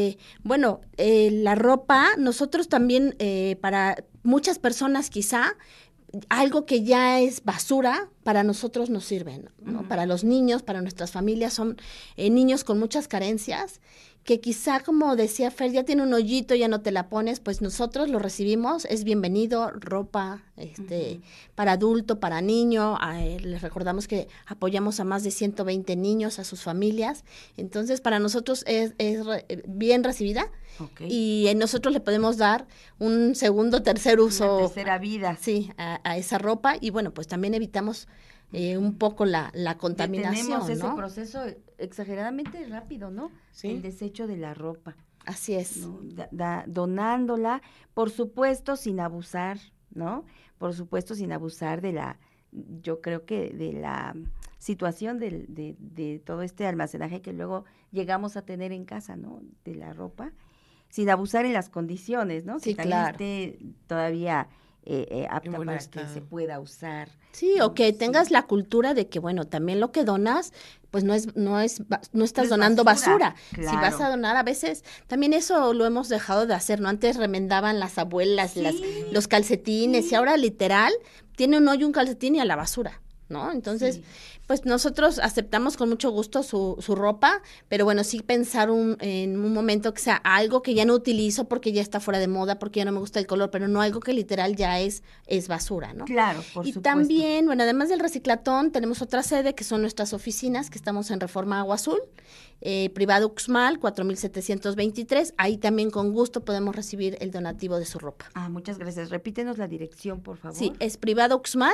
la ropa, nosotros también, para muchas personas quizá, algo que ya es basura, para nosotros nos sirven, ¿no? Para los niños, para nuestras familias, son niños con muchas carencias, que quizá, como decía Fer, ya tiene un hoyito, ya no te la pones, pues nosotros lo recibimos, es bienvenido, ropa, para adulto, para niño, les recordamos que apoyamos a más de 120 niños, a sus familias, entonces para nosotros es bien recibida, y nosotros le podemos dar un segundo, tercer uso. Una tercera vida. Sí, a esa ropa, y bueno, pues también evitamos un poco la contaminación, tenemos ese ¿no? proceso exageradamente rápido, ¿no? Sí. El desecho de la ropa. Así es. ¿No? Donándola, por supuesto sin abusar, ¿no? Por supuesto sin abusar yo creo que de la situación de todo este almacenaje que luego llegamos a tener en casa, ¿no? De la ropa, sin abusar en las condiciones, ¿no? Sí, que también claro. esté todavía apta buen para estado. que se pueda usar. Sí, o que tengas la cultura de que, bueno, también lo que donas, pues no estás es donando basura. basura, Si vas a donar, a veces, también eso lo hemos dejado de hacer, ¿no? Antes remendaban las abuelas los calcetines, y ahora literal tiene un hoyo un calcetín y a la basura, ¿no? Entonces, pues nosotros aceptamos con mucho gusto su ropa, pero bueno, sí pensar en un momento que sea algo que ya no utilizo porque ya está fuera de moda, porque ya no me gusta el color, pero no algo que literal ya es basura, ¿no? Claro, por y supuesto. también, bueno, además del reciclatón, tenemos otra sede que son nuestras oficinas, que estamos en Reforma Agua Azul, Privado Uxmal, 4723. Ahí también con gusto podemos recibir el donativo de su ropa. Muchas gracias. Repítenos la dirección, por favor. Sí, es Privado Uxmal,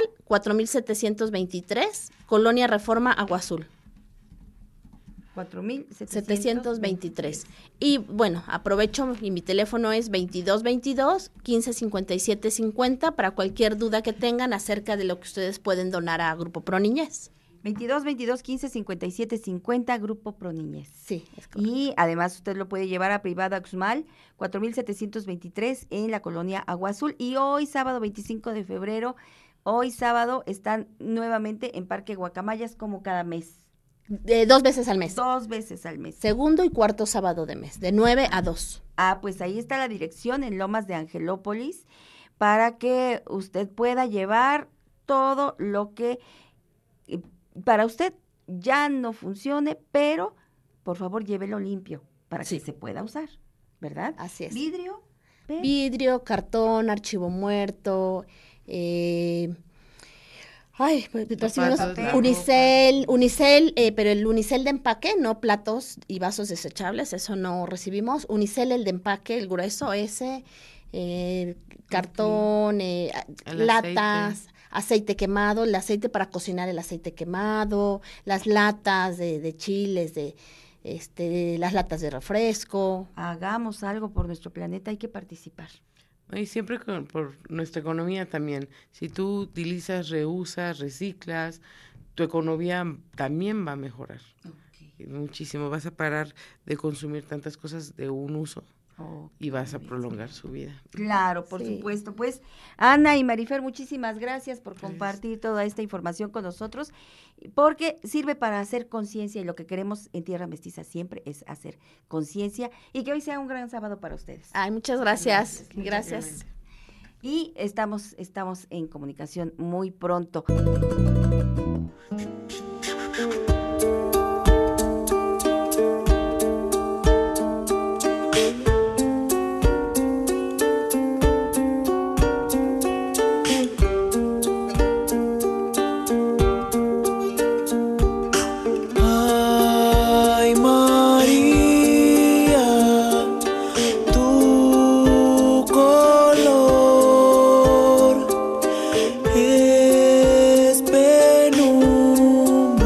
4723, Colonia Reforma Agua Azul. 4723. Y bueno, aprovecho y mi teléfono es 2222-155750 para cualquier duda que tengan acerca de lo que ustedes pueden donar a Grupo Pro Niñez. 2222-155750, Grupo Pro Niñez. Sí, es correcto. Y además usted lo puede llevar a Privado Uxmal, 4723 en la Colonia Agua Azul. Y hoy, sábado 25 de febrero, están nuevamente en Parque Guacamayas como cada mes. 2 veces al mes. 2 veces al mes. Segundo y cuarto sábado de mes, de 9 a 2. Pues ahí está la dirección en Lomas de Angelópolis para que usted pueda llevar todo lo que para usted ya no funcione, pero por favor llévelo limpio para que se pueda usar, ¿verdad? Así es. Vidrio, cartón, archivo muerto, unicel, pero el unicel de empaque, no platos y vasos desechables, eso no recibimos. Unicel, el de empaque, el grueso, ese, cartón, latas, aceite quemado, el aceite para cocinar, el aceite quemado, las latas de chiles, las latas de refresco. Hagamos algo por nuestro planeta, hay que participar. Y siempre por nuestra economía también. Si tú utilizas, reusas, reciclas, tu economía también va a mejorar. Muchísimo. Vas a parar de consumir tantas cosas de un uso y vas a prolongar su vida. Claro, por supuesto. Pues Ana y Marifer, muchísimas gracias por compartir toda esta información con nosotros, porque sirve para hacer conciencia, y lo que queremos en Tierra Mestiza siempre es hacer conciencia, y que hoy sea un gran sábado para ustedes. Muchas gracias. Gracias. Y estamos en comunicación muy pronto. Es penumbra.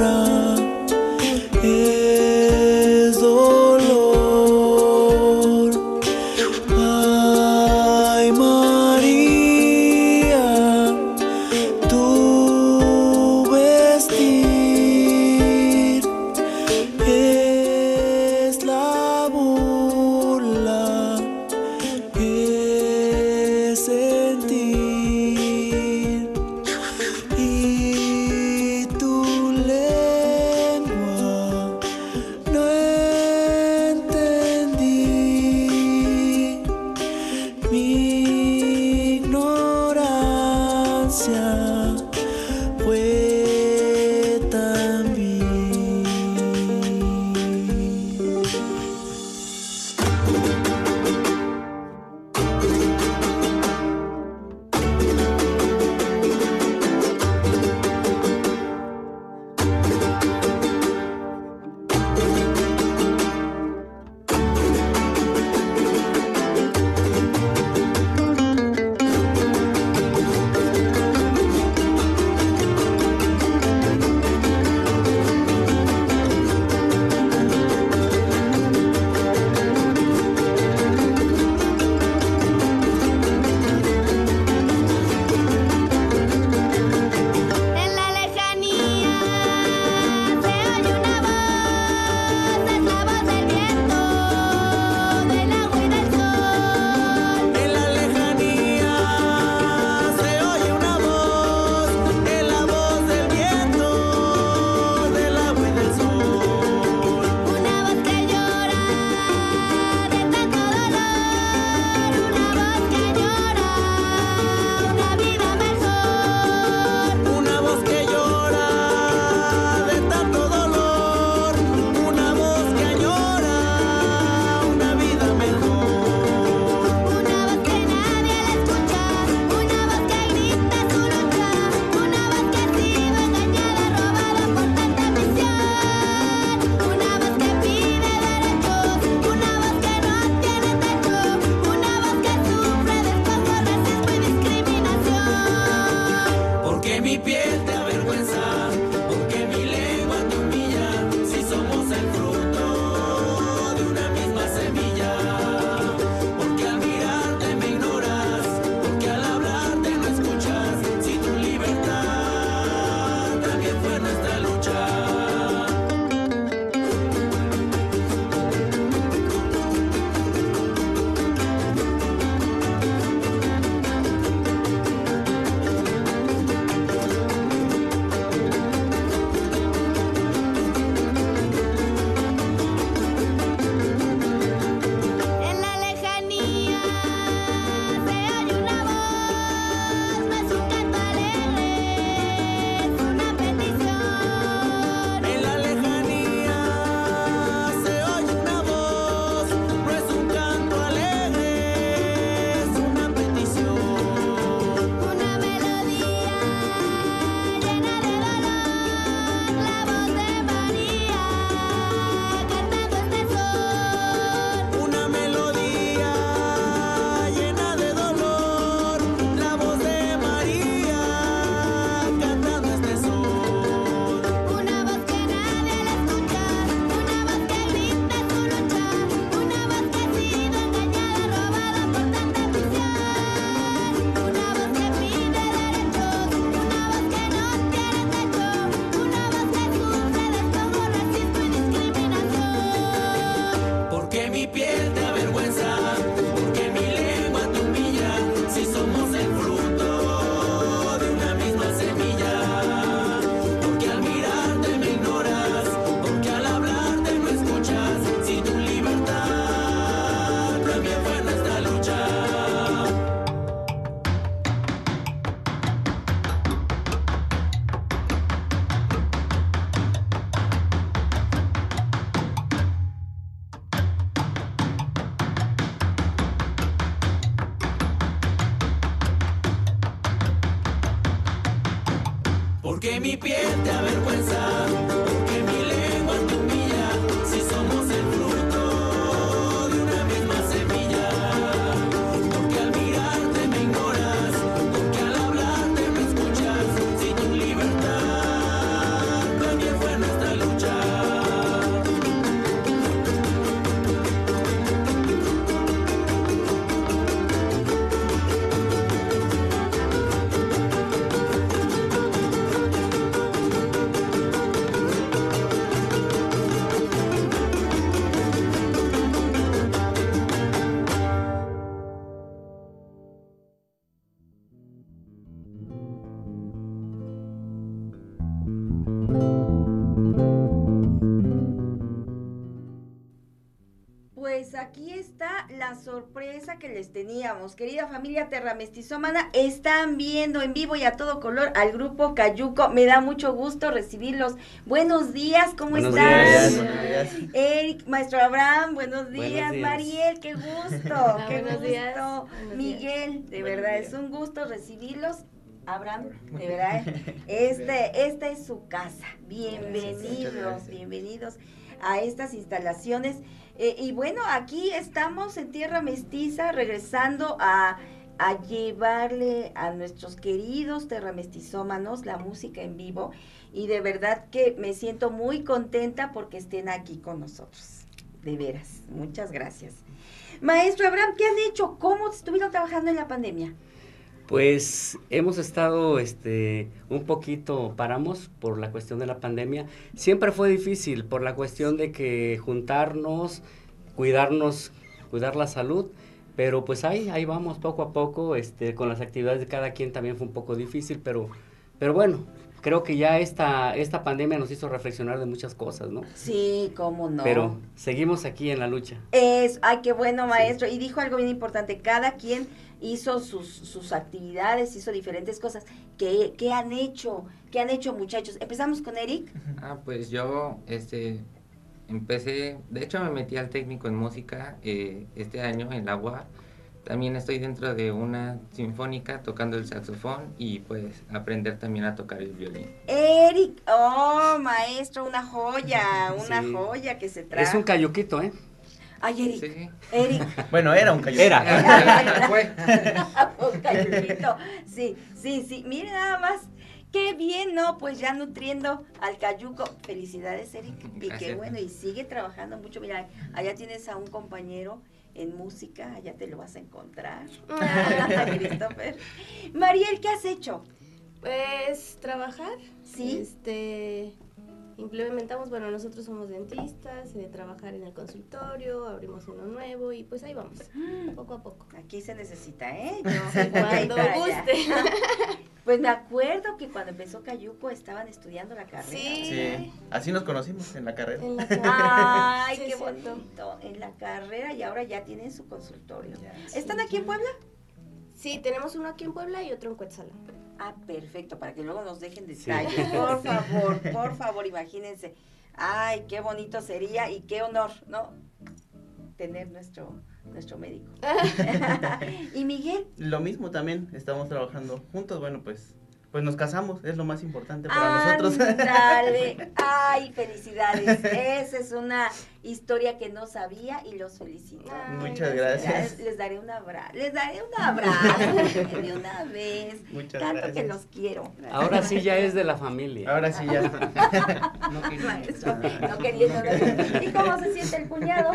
porque mi piel te avergüenza, porque mi lengua te humilla, si somos el fruto de una misma semilla, porque al mirarte me ignoras, porque al hablarte me escuchas, si tu libertad también fue nuestra lucha. Pues aquí está la sorpresa que les teníamos. Querida familia terramestizómana, están viendo en vivo y a todo color al grupo Cayuco. Me da mucho gusto recibirlos. Buenos días, ¿cómo están? Buenos días. Eric, maestro Abraham, buenos Buenos días. días. Mariel, qué gusto, qué Buenos gusto. días. Buenos Miguel, de Buenos verdad días. es un gusto recibirlos. Abraham, de verdad, esta es su casa. Muchas Bienvenidos, gracias. bienvenidos a estas instalaciones. Y bueno, aquí estamos en Tierra Mestiza, regresando a llevarle a nuestros queridos terramestizómanos la música en vivo, y de verdad que me siento muy contenta porque estén aquí con nosotros, de veras, muchas gracias. Maestro Abraham, ¿qué han hecho? ¿Cómo estuvieron trabajando en la pandemia? Pues hemos estado un poquito, paramos por la cuestión de la pandemia. Siempre fue difícil por la cuestión de que juntarnos, cuidar la salud, pero pues ahí vamos poco a poco, con las actividades de cada quien también fue un poco difícil, pero bueno, creo que ya esta pandemia nos hizo reflexionar de muchas cosas, ¿no? Sí, cómo no. Pero seguimos aquí en la lucha. Ay, qué bueno, maestro. Y dijo algo bien importante, cada quien hizo sus actividades, hizo diferentes cosas. ¿Qué han hecho? ¿Qué han hecho, muchachos? Empezamos con Eric. Pues yo empecé, de hecho me metí al técnico en música este año en la UAP. También estoy dentro de una sinfónica tocando el saxofón y pues aprender también a tocar el violín. Eric, maestro, una joya Sí. que se trae. Es un cayuquito, ¿eh? Ay, Eric, Sí. Eric. Bueno, era un cayuquito. Un cayuquito. Sí. Mire nada más. Qué bien, ¿no? Pues ya nutriendo al cayuco. Felicidades, Eric. Y qué Gracias. bueno, y sigue trabajando mucho. Mira, allá tienes a un compañero en música, allá te lo vas a encontrar. Christopher. Mariel, ¿qué has hecho? Pues trabajar. Sí. Implementamos, bueno, nosotros somos dentistas, trabajar en el consultorio, abrimos uno nuevo y pues ahí vamos, poco a poco. Aquí se necesita, ¿eh? Cuando para allá. guste. Pues me acuerdo que cuando empezó Cayuco estaban estudiando la carrera. Sí, así nos conocimos en la carrera. En la carrera. Ay, Sí, qué es cierto. bonito. En la carrera, y ahora ya tienen su consultorio. Ya. ¿Están aquí en Puebla? Sí, tenemos uno aquí en Puebla y otro en Cuetzala. Ah, perfecto, para que luego nos dejen Sí. detalles. Por favor, imagínense. Ay, qué bonito sería y qué honor, ¿no? Tener nuestro médico. ¿Y Miguel? Lo mismo también, estamos trabajando juntos, bueno, pues nos casamos, es lo más importante para nosotros. Ándale. Ay, felicidades. Esa es una historia que no sabía y los felicito. Muchas gracias. Les daré un abrazo. De una vez. Muchas Tanto gracias. que los quiero. Ahora sí ya es de la familia. Ahora sí ya. Maestro, no queriendo. ¿Y cómo se siente el cuñado?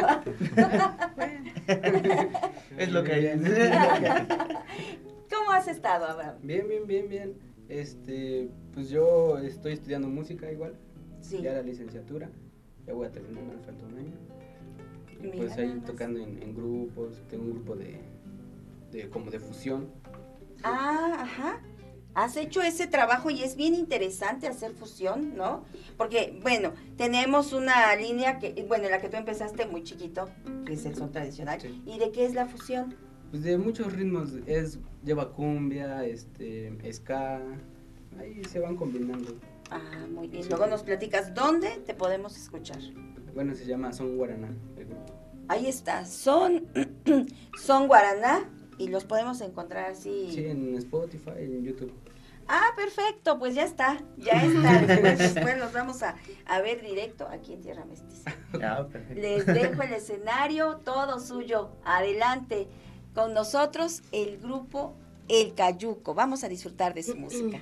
Es lo que hay. ¿Cómo has estado, Abraham? Bien. Pues yo estoy estudiando música igual, Sí. ya la licenciatura, ya voy a terminar, me falta un año. Y Mira pues ahí nada más. tocando en grupos, tengo un grupo de como de fusión. Ajá. Has hecho ese trabajo y es bien interesante hacer fusión, ¿no? Porque, bueno, tenemos una línea que, bueno, en la que tú empezaste muy chiquito, que es el son tradicional. Sí. ¿Y de qué es la fusión? Pues de muchos ritmos, lleva cumbia, ska, ahí se van combinando. Ah, muy bien. Sí. Luego nos platicas dónde te podemos escuchar. Bueno, se llama Son Guaraná, el grupo. Ahí está, son Guaraná, y los podemos encontrar así. Sí, en Spotify, en YouTube. Ah, perfecto, pues ya está. Después nos vamos a ver directo aquí en Tierra Mestiza. Ya, perfecto. Les dejo el escenario, todo suyo. Adelante. Con nosotros el grupo El Cayuco. Vamos a disfrutar de su música.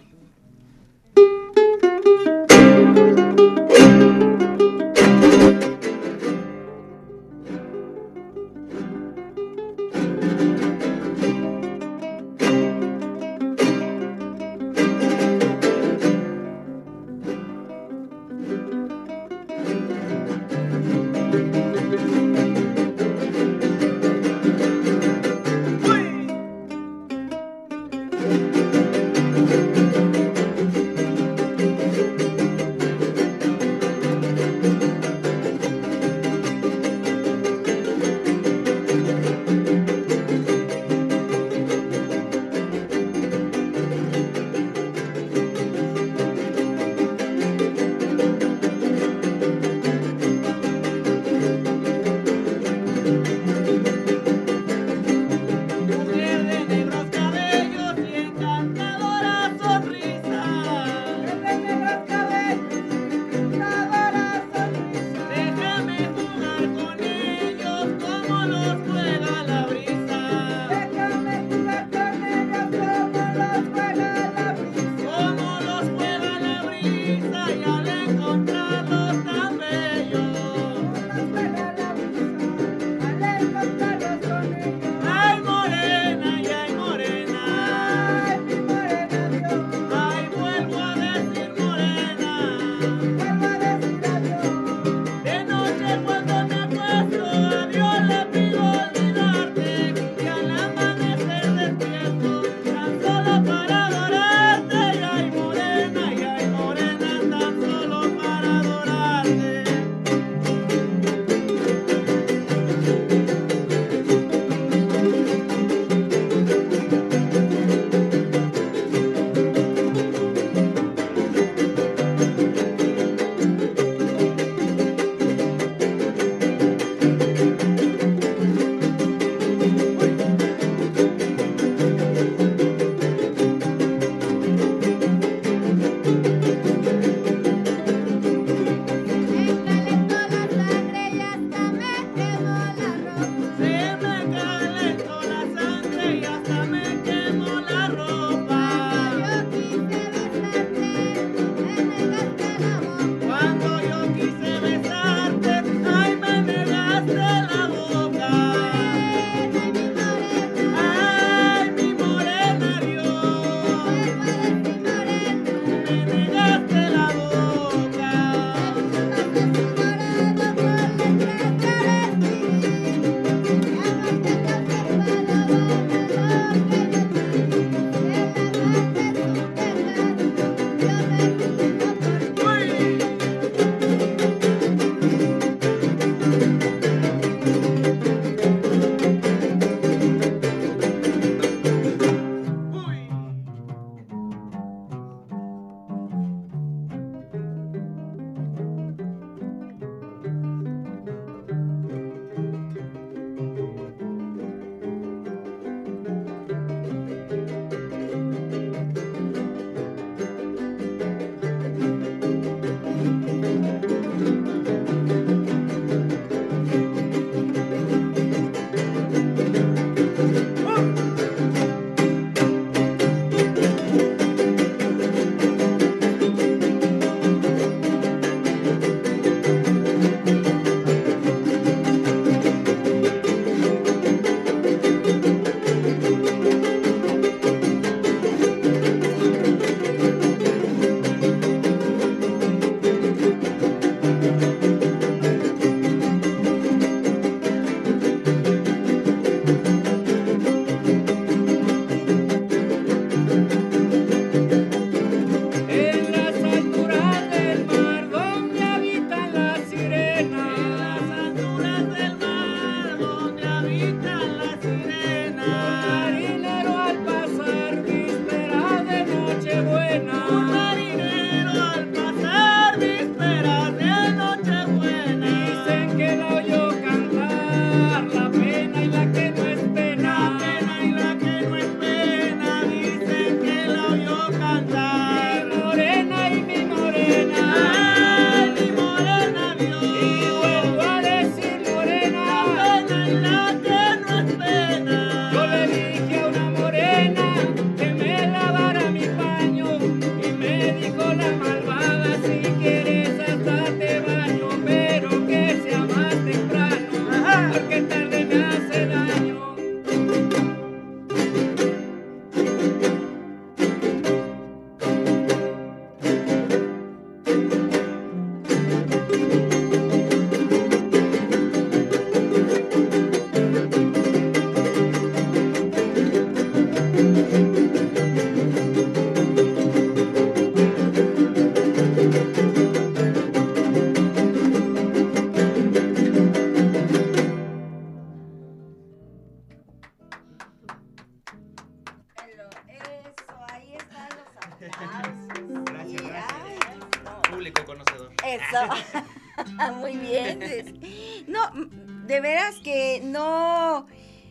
Gracias, gracias. Ay, Público conocedor. eso. Muy bien. No, de veras que no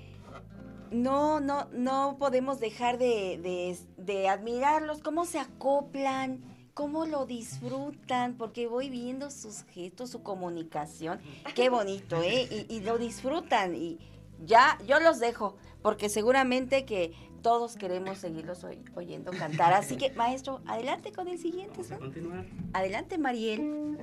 podemos dejar de admirarlos, cómo se acoplan, cómo lo disfrutan, porque voy viendo sus gestos, su comunicación, qué bonito, y lo disfrutan, y ya, yo los dejo, porque seguramente que todos queremos seguirlos oyendo cantar, así que, maestro, adelante con el siguiente son. Continuar. Adelante, Mariel.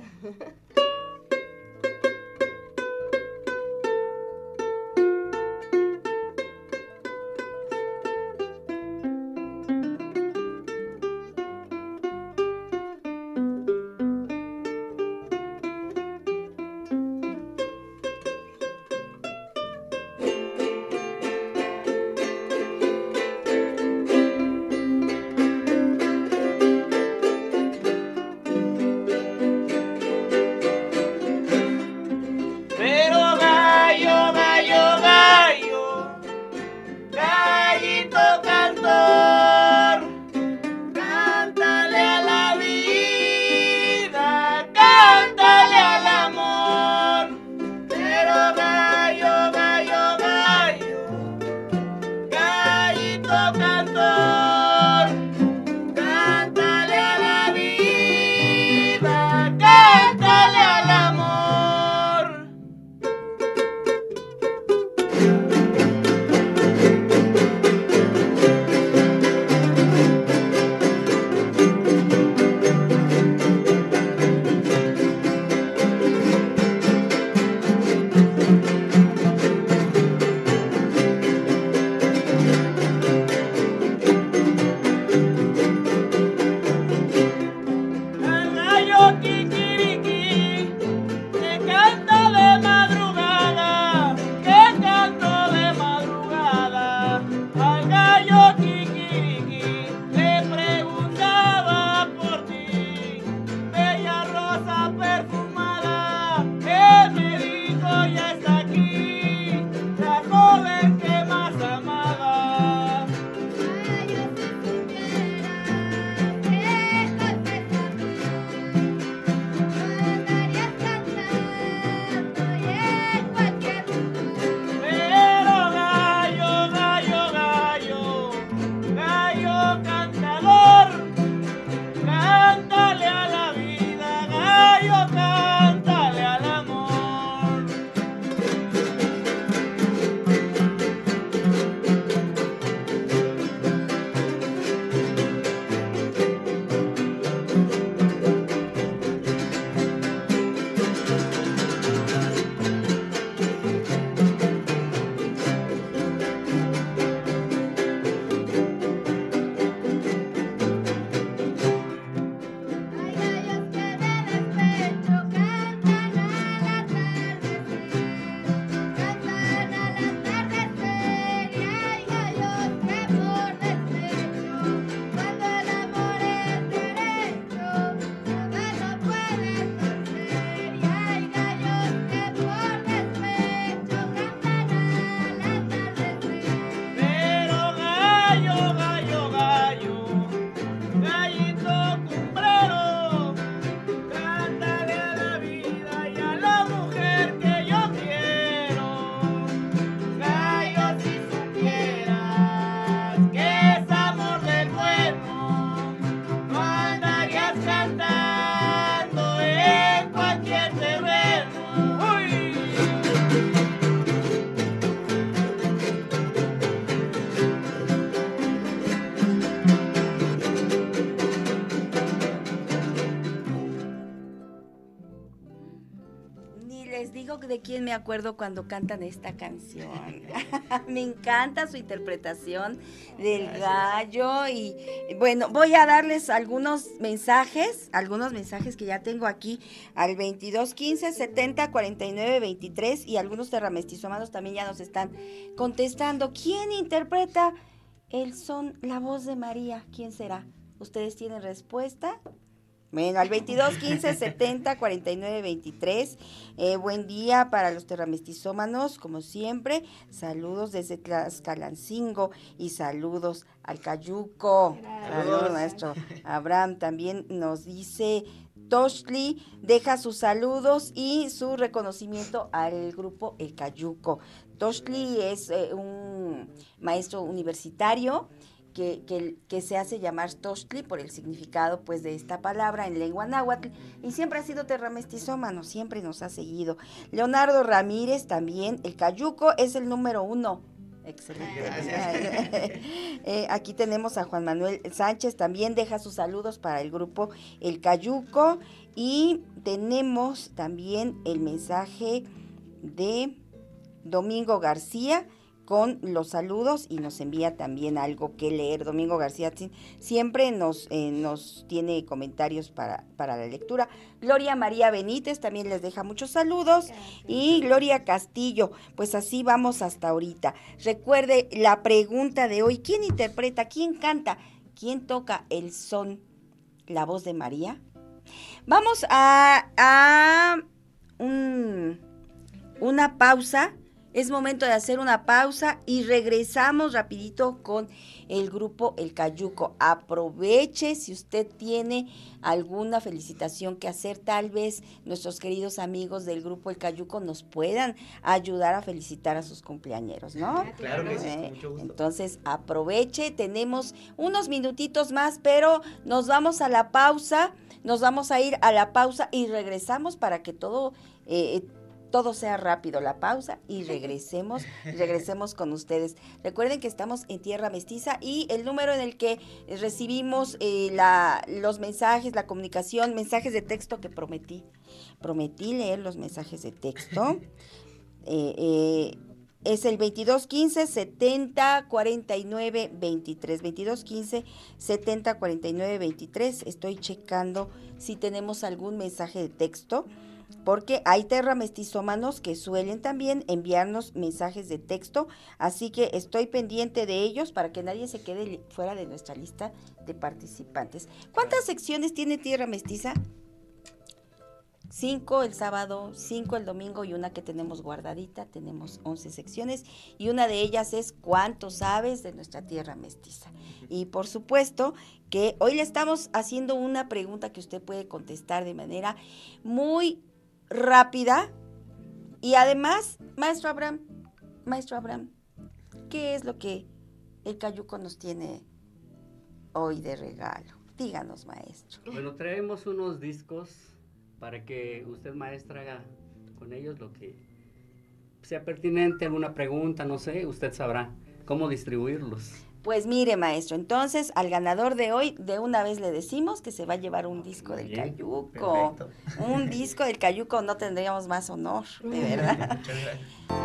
De quién me acuerdo cuando cantan esta canción. Me encanta su interpretación del gallo. Y bueno, voy a darles algunos mensajes que ya tengo aquí al 2215 70 49 23, y algunos terramestizomanos también ya nos están contestando. ¿Quién interpreta el son, la voz de María? ¿Quién será? ¿Ustedes tienen respuesta? Bueno, al 22 15 70 49 23. Buen día para los terramestizómanos, como siempre. Saludos desde Tlaxcalancingo y saludos al Cayuco. Saludos, maestro Abraham. También nos dice Toshli, deja sus saludos y su reconocimiento al grupo El Cayuco. Toshli es un maestro universitario que se hace llamar Tochtli por el significado pues de esta palabra en lengua náhuatl, y siempre ha sido terramestizómano, siempre nos ha seguido. Leonardo Ramírez también, el Cayuco es el número 1. Excelente. Aquí tenemos a Juan Manuel Sánchez, también deja sus saludos para el grupo El Cayuco, y tenemos también el mensaje de Domingo García con los saludos, y nos envía también algo que leer. Domingo García siempre nos tiene comentarios para la lectura. Gloria María Benítez también les deja muchos saludos. Gracias. Y Gloria Castillo, pues así vamos hasta ahorita. Recuerde la pregunta de hoy: ¿quién interpreta, quién canta, quién toca el son, la voz de María? Vamos a una pausa. Es momento de hacer una pausa y regresamos rapidito con el grupo El Cayuco. Aproveche si usted tiene alguna felicitación que hacer. Tal vez nuestros queridos amigos del grupo El Cayuco nos puedan ayudar a felicitar a sus cumpleañeros, ¿no? Claro que sí, con mucho gusto. Entonces aproveche, tenemos unos minutitos más, pero nos vamos a la pausa, nos vamos a ir a la pausa y regresamos para que todo sea rápido, la pausa, y regresemos con ustedes. Recuerden que estamos en Tierra Mestiza, y el número en el que recibimos los mensajes, la comunicación, mensajes de texto que prometí leer los mensajes de texto, es el 2215 70 49 23, 2215 70 49 23. Estoy checando si tenemos algún mensaje de texto, porque hay terramestizómanos que suelen también enviarnos mensajes de texto, así que estoy pendiente de ellos para que nadie se quede fuera de nuestra lista de participantes. ¿Cuántas secciones tiene Tierra Mestiza? 5 el sábado, 5 el domingo y una que tenemos guardadita. Tenemos 11 secciones, y una de ellas es ¿cuánto sabes de nuestra Tierra Mestiza? Y por supuesto que hoy le estamos haciendo una pregunta que usted puede contestar de manera muy rápida. Y además, maestro Abraham, ¿qué es lo que el Cayuco nos tiene hoy de regalo? Díganos, maestro. Bueno, traemos unos discos para que usted, maestra, haga con ellos lo que sea pertinente, alguna pregunta, no sé, usted sabrá cómo distribuirlos. Pues mire, maestro, entonces al ganador de hoy de una vez le decimos que se va a llevar un disco del Cayuco. Perfecto. Un disco del Cayuco, no tendríamos más honor, de verdad. Muchas gracias.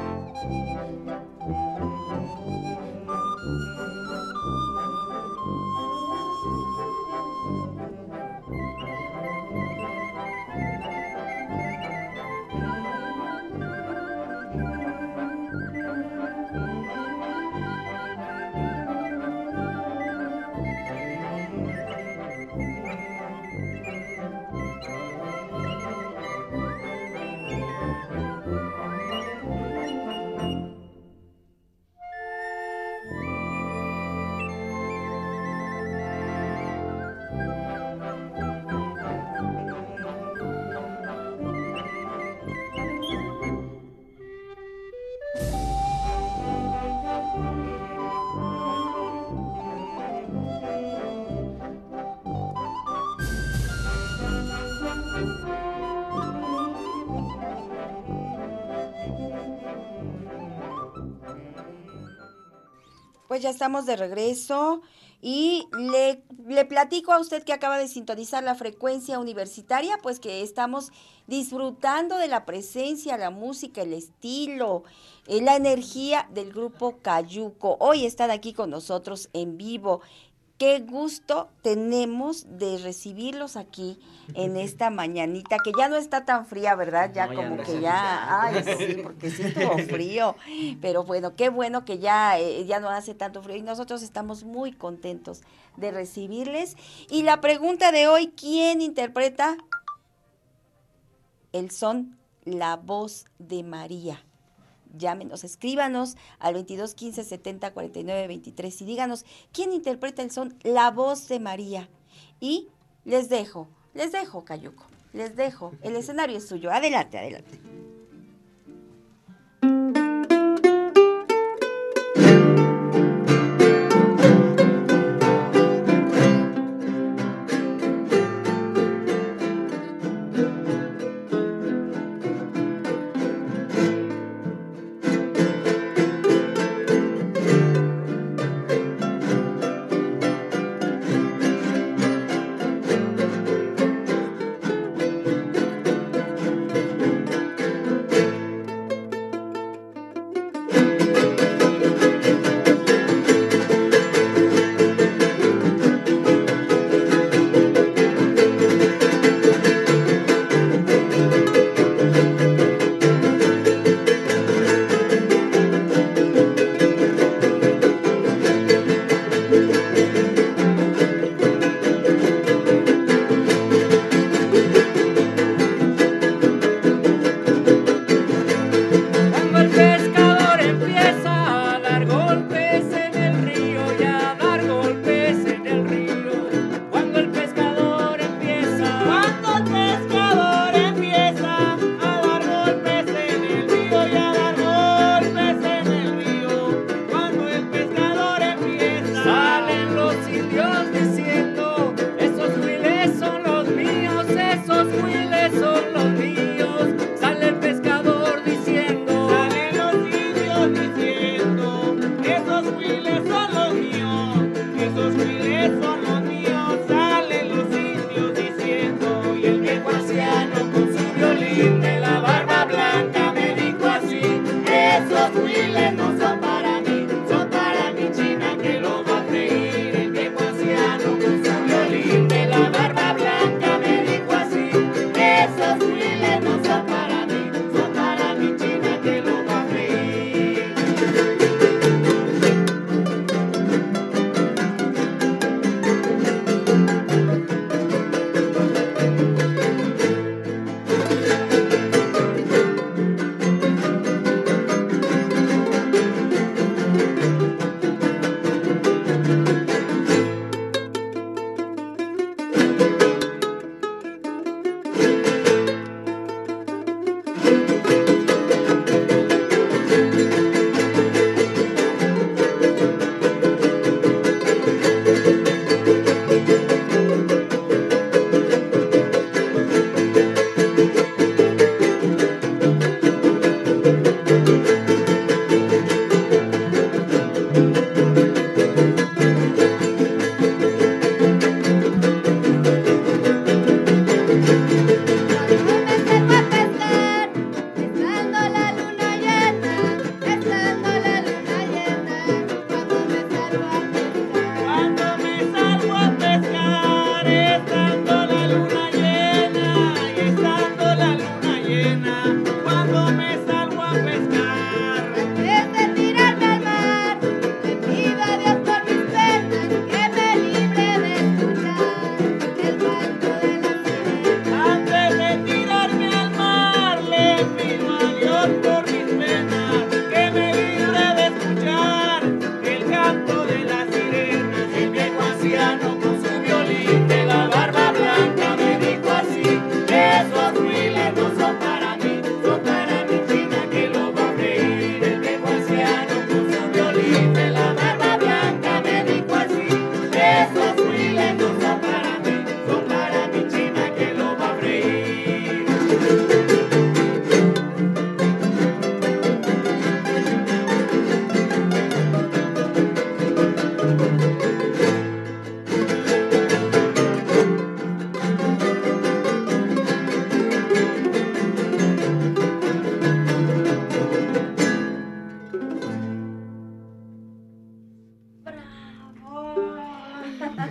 Pues ya estamos de regreso y le platico a usted que acaba de sintonizar la frecuencia universitaria, pues que estamos disfrutando de la presencia, la música, el estilo, la energía del grupo Cayuco. Hoy están aquí con nosotros en vivo. qué gusto tenemos de recibirlos aquí en esta mañanita, que ya no está tan fría, ¿verdad? Ya No, ya como no, que ya, ay, sí, porque sí estuvo frío, pero bueno, qué bueno que ya no hace tanto frío y nosotros estamos muy contentos de recibirles. Y la pregunta de hoy, ¿quién interpreta el son La Voz de María? Llámenos, escríbanos al 22 15 70 49 23 y díganos quién interpreta el son La Voz de María. Y les dejo, Cayuco, les dejo, el escenario es suyo. Adelante, adelante.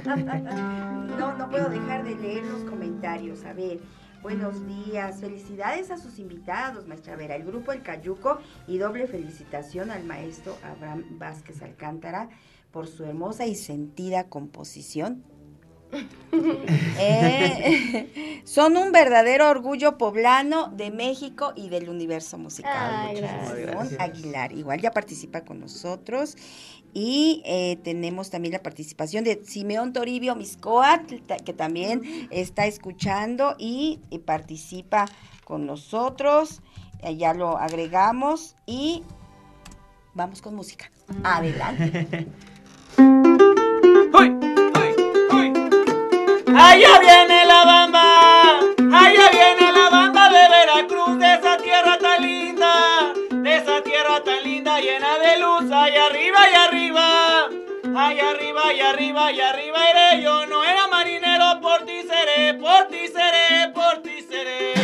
No puedo dejar de leer los comentarios. A ver, buenos días, felicidades a sus invitados, maestra Vera, el grupo El Cayuco, y doble felicitación al maestro Abraham Vázquez Alcántara por su hermosa y sentida composición. Son un verdadero orgullo poblano de México y del universo musical. Ay, gracias. Aguilar, igual ya participa con nosotros. Y tenemos también la participación de Simeón Toribio Miscoatl, que también está escuchando y participa con nosotros. Ya lo agregamos y vamos con música. Adelante. Allá viene la bamba, allá viene la bamba de Veracruz, de esa tierra tan linda, de esa tierra tan linda llena de luz. Allá arriba y arriba, allá arriba y arriba y arriba iré. Yo no era marinero, por ti seré, por ti seré, por ti seré.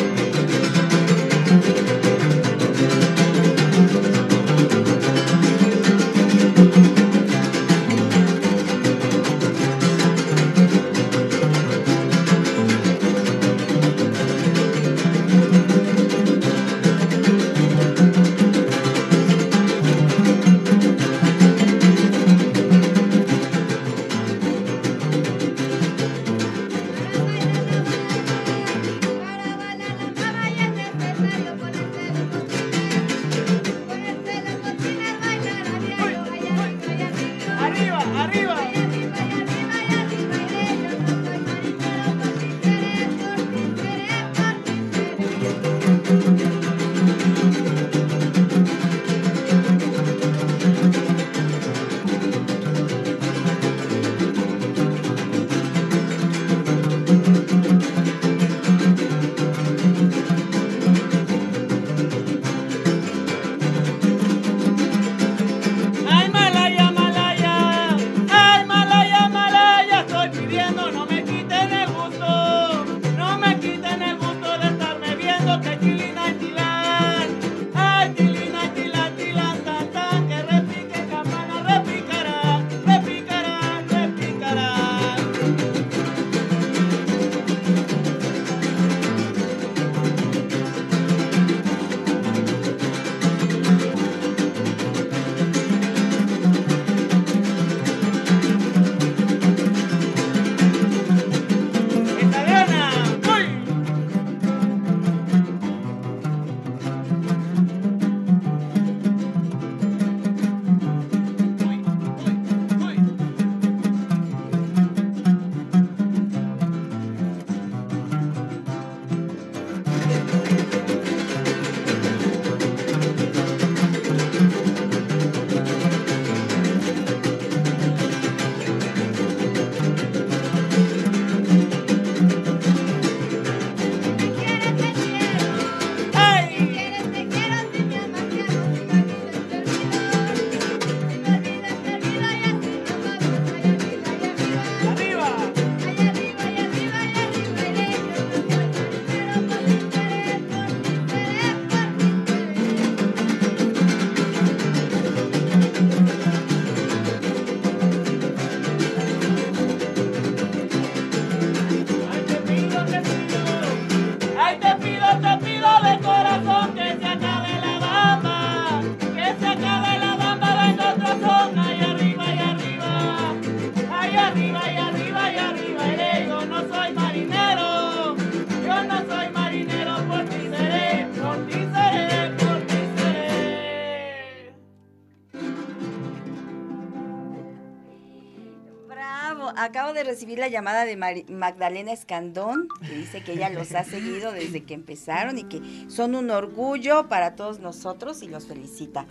Acabo de recibir la llamada de Magdalena Escandón, que dice que ella los ha seguido desde que empezaron y que son un orgullo para todos nosotros y los felicita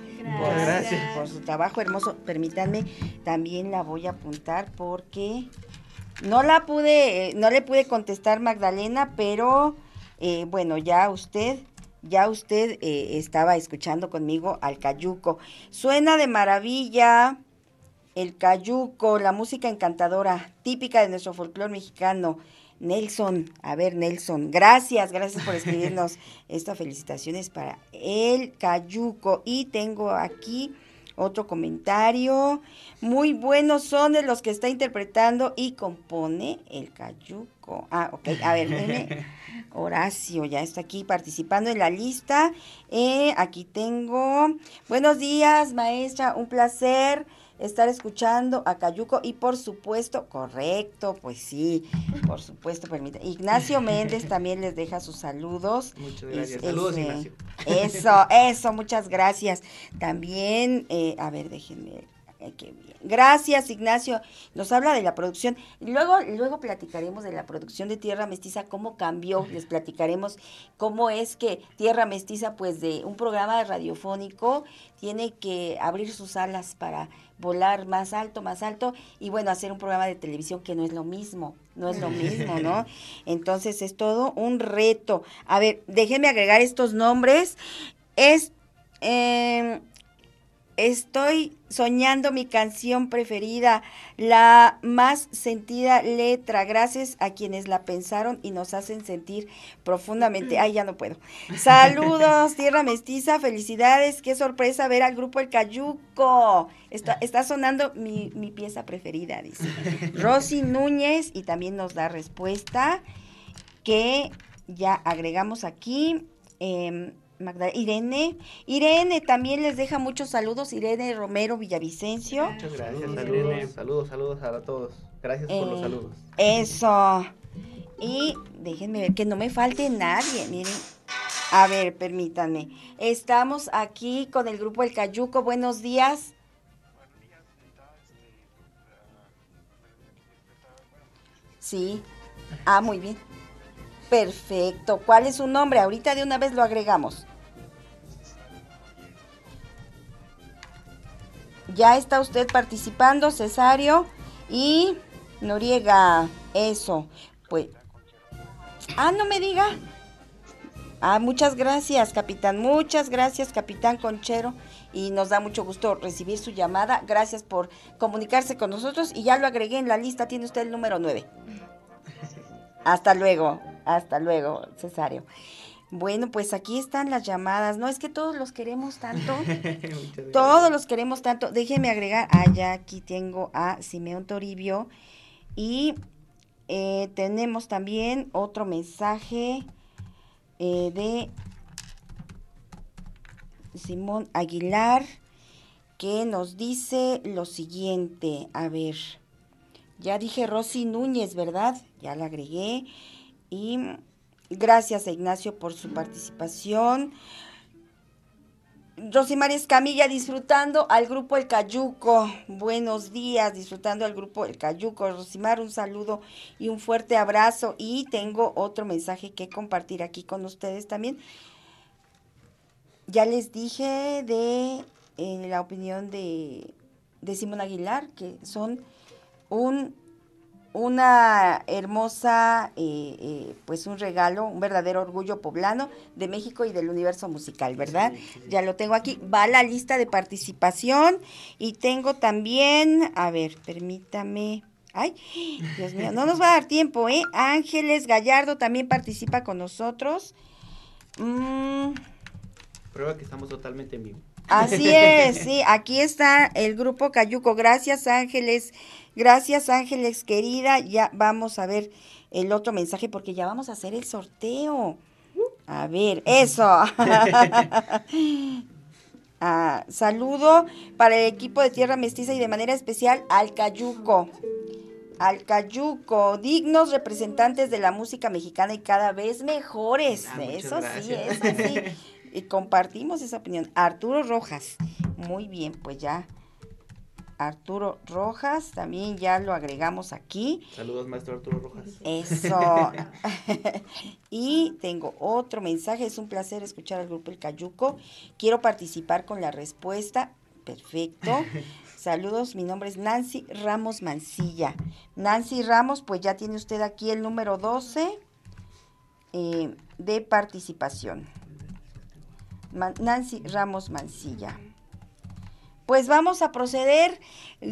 por su trabajo hermoso. Permítanme, también la voy a apuntar porque no le pude contestar, Magdalena, pero bueno, ya usted estaba escuchando conmigo al Cayuco. Suena de maravilla el Cayuco, la música encantadora, típica de nuestro folclore mexicano. Nelson, gracias por escribirnos estas felicitaciones para el Cayuco. Y tengo aquí Otro comentario. Muy buenos son de los que está interpretando y compone el cayuco. Ok. A ver, nene. Horacio ya está aquí participando en la lista. Aquí tengo. Buenos días, maestra. Un placer estar escuchando a Cayuco y por supuesto, correcto, pues sí, por supuesto, permite. Ignacio Méndez también les deja sus saludos. Muchas gracias. Saludos, Ignacio. Eso, muchas gracias. También, a ver, déjenme. Qué bien. Gracias, Ignacio. Nos habla de la producción. Luego platicaremos de la producción de Tierra Mestiza, cómo cambió. Les platicaremos cómo es que Tierra Mestiza, pues de un programa radiofónico, tiene que abrir sus alas para volar más alto, y bueno, hacer un programa de televisión que no es lo mismo, ¿no? Entonces es todo un reto. A ver, déjenme agregar estos nombres. Estoy soñando mi canción preferida, la más sentida letra, gracias a quienes la pensaron y nos hacen sentir profundamente. Ay, ya no puedo. Saludos, Tierra Mestiza, felicidades, qué sorpresa ver al grupo El Cayuco. Está sonando mi pieza preferida, dice Rosy Núñez, y también nos da respuesta que ya agregamos aquí. Irene también les deja muchos saludos, Irene Romero Villavicencio. Muchas gracias, Irene. Saludos a todos. Gracias por los saludos. Eso. Y déjenme ver que no me falte nadie, miren. A ver, permítanme. Estamos aquí con el grupo El Cayuco. Buenos días. Sí. Muy bien. Perfecto. ¿Cuál es su nombre? Ahorita de una vez lo agregamos. Ya está usted participando, Cesario y Noriega. Eso. Pues. No me diga. Muchas gracias, capitán. Muchas gracias, capitán Conchero. Y nos da mucho gusto recibir su llamada. Gracias por comunicarse con nosotros. Y ya lo agregué en la lista. Tiene usted el número 9. Hasta luego, Cesario. Bueno, pues aquí están las llamadas. No, es que todos los queremos tanto. Todos los queremos tanto. Déjeme agregar. Ya aquí tengo a Simeón Toribio. Y tenemos también otro mensaje de Simón Aguilar, que nos dice lo siguiente. A ver. Ya dije Rosy Núñez, ¿verdad? Ya la agregué. Y gracias a Ignacio por su participación. Rosimaría Escamilla, disfrutando al grupo El Cayuco. Buenos días, disfrutando al grupo El Cayuco. Rosimar, un saludo y un fuerte abrazo. Y tengo otro mensaje que compartir aquí con ustedes también. Ya les dije de la opinión de Simón Aguilar, que son una hermosa, pues un regalo, un verdadero orgullo poblano de México y del universo musical, ¿verdad? Sí. Ya lo tengo aquí, va la lista de participación y tengo también, a ver, permítame, ay, Dios mío, no nos va a dar tiempo, Ángeles Gallardo también participa con nosotros. Prueba que estamos totalmente en vivo. Así es, sí, aquí está el grupo Cayuco. Gracias, Ángeles, querida. Ya vamos a ver el otro mensaje porque ya vamos a hacer el sorteo. A ver, eso. Saludo para el equipo de Tierra Mestiza y de manera especial al Cayuco. Dignos representantes de la música mexicana y cada vez mejores. Eso sí. Y compartimos esa opinión. Arturo Rojas. Muy bien, pues ya. Arturo Rojas, también ya lo agregamos aquí. Saludos, maestro Arturo Rojas. Eso. Y tengo otro mensaje. Es un placer escuchar al grupo El Cayuco. Quiero participar con la respuesta. Perfecto. Saludos, mi nombre es Nancy Ramos Mancilla. Nancy Ramos, pues ya tiene usted aquí el número 12 de participación. Nancy Ramos Mancilla. Pues vamos a proceder,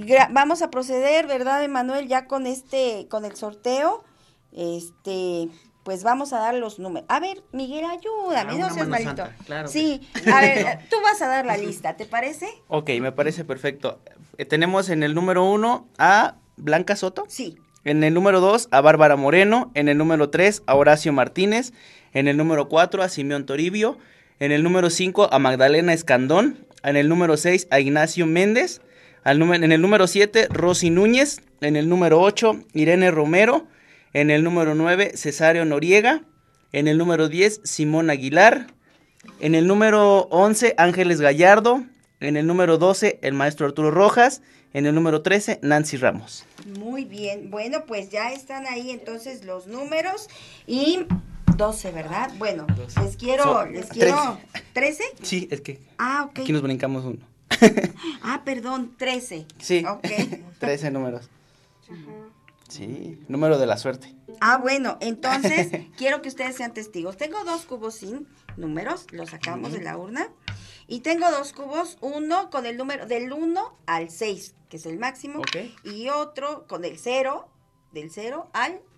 ¿verdad, Emanuel? Ya con el sorteo, pues vamos a dar los números. A ver, Miguel, ayúdame, no Una seas mano malito. santa, claro. Sí, a ver, tú vas a dar la lista, ¿te parece? Ok, me parece perfecto. Tenemos en el número 1 a Blanca Soto. Sí. En el número 2 a Bárbara Moreno. En el número 3 a Horacio Martínez. En el número 4 a Simeón Toribio. En el número 5 a Magdalena Escandón. En el número 6 a Ignacio Méndez. En el número 7 Rosy Núñez. En el número 8 Irene Romero. En el número 9 Cesario Noriega. En el número 10 Simón Aguilar. En el número 11 Ángeles Gallardo. En el número 12 el maestro Arturo Rojas. En el número 13 Nancy Ramos. Muy bien, bueno, pues ya están ahí entonces los números y 12, ¿verdad? Bueno, 12. les quiero, 13. ¿13? Sí, es que Ok. aquí nos brincamos uno. Perdón, 13. Sí, Ok. 13 números. Sí, número de la suerte. Bueno, entonces quiero que ustedes sean testigos. Tengo 2 cubos sin números, los sacamos de la urna. Y tengo 2 cubos, uno con el número del 1 al 6, que es el máximo, y otro con el 0, del 0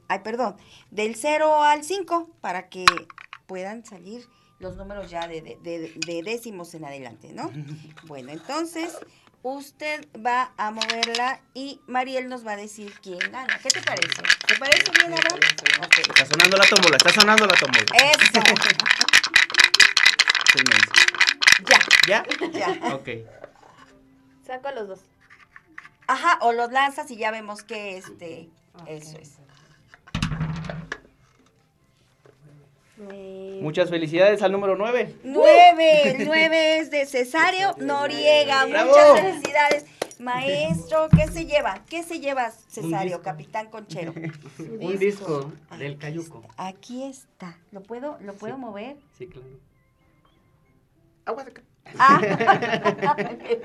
al 5, para que puedan salir los números ya de décimos en adelante, ¿no? Bueno, entonces usted va a moverla y Mariel nos va a decir quién gana. ¿Qué te parece? ¿Te parece bien, Abraham? Okay. Está sonando la tómbola, Eso. ¿Ya? Ya. Ok. Saco a los 2. Ajá, o los lanzas y ya vemos que eso es. Muchas felicidades al número 9. 9 es de Cesario Noriega. ¡Bravo! Muchas felicidades. Maestro, ¿qué se lleva? ¿Qué se lleva, Cesario, capitán Conchero? Un disco del Cayuco. Aquí está. ¿Lo puedo mover? Sí, claro. Agua de acá. Qué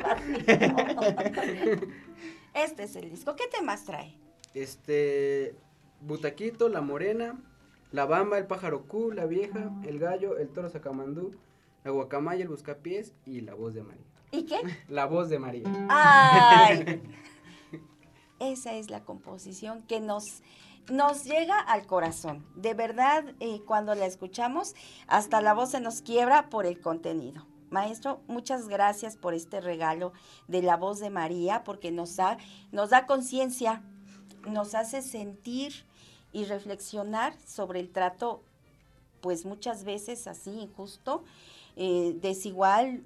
fácil. Este es el disco. ¿Qué temas trae? Butaquito, La Morena, La Bamba, El Pájaro Q, La Vieja, El Gallo, El Toro Sacamandú, La Guacamaya, El Buscapiés y La Voz de María. ¿Y qué? La Voz de María. ¡Ay! Esa es la composición que nos llega al corazón. De verdad, cuando la escuchamos, hasta la voz se nos quiebra por el contenido. Maestro, muchas gracias por este regalo de La Voz de María, porque nos da conciencia, nos hace sentir y reflexionar sobre el trato, pues muchas veces así injusto, desigual,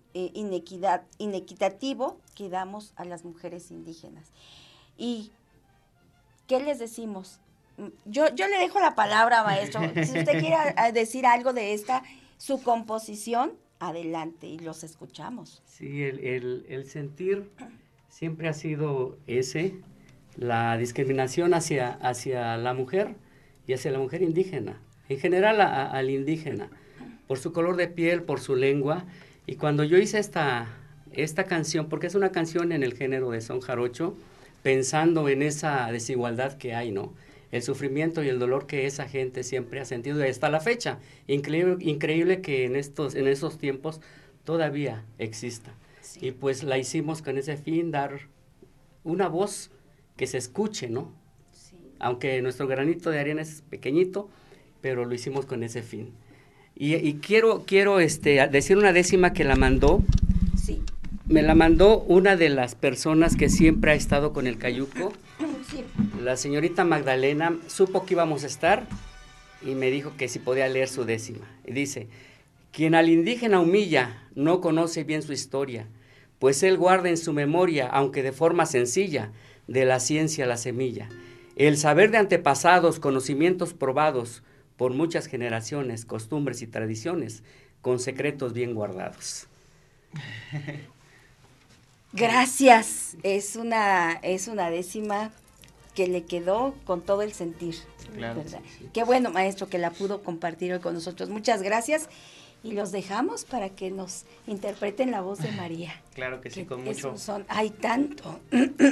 inequitativo que damos a las mujeres indígenas. ¿Y qué les decimos? Yo le dejo la palabra, maestro. Si usted quiere decir algo de su composición, adelante y los escuchamos. Sí, el sentir siempre ha sido ese, la discriminación hacia la mujer y hacia la mujer indígena, en general al indígena, por su color de piel, por su lengua. Y cuando yo hice esta canción, porque es una canción en el género de son jarocho, pensando en esa desigualdad que hay, ¿no? El sufrimiento y el dolor que esa gente siempre ha sentido y hasta la fecha. Increíble que en esos tiempos todavía exista. Sí. Y pues la hicimos con ese fin, dar una voz que se escuche, ¿no? Sí. Aunque nuestro granito de arena es pequeñito, pero lo hicimos con ese fin. Y quiero decir una décima que la mandó. Sí. Me la mandó una de las personas que siempre ha estado con el Cayuco. Sí. La señorita Magdalena supo que íbamos a estar y me dijo que si podía leer su décima. Y dice: quien al indígena humilla no conoce bien su historia, pues él guarda en su memoria, aunque de forma sencilla, de la ciencia la semilla. El saber de antepasados, conocimientos probados por muchas generaciones, costumbres y tradiciones, con secretos bien guardados. Gracias. Es una décima que le quedó con todo el sentir. Claro. Sí. Qué bueno, maestro, que la pudo compartir hoy con nosotros. Muchas gracias. Y los dejamos para que nos interpreten La Voz de María. Claro que sí, con mucho. Hay tanto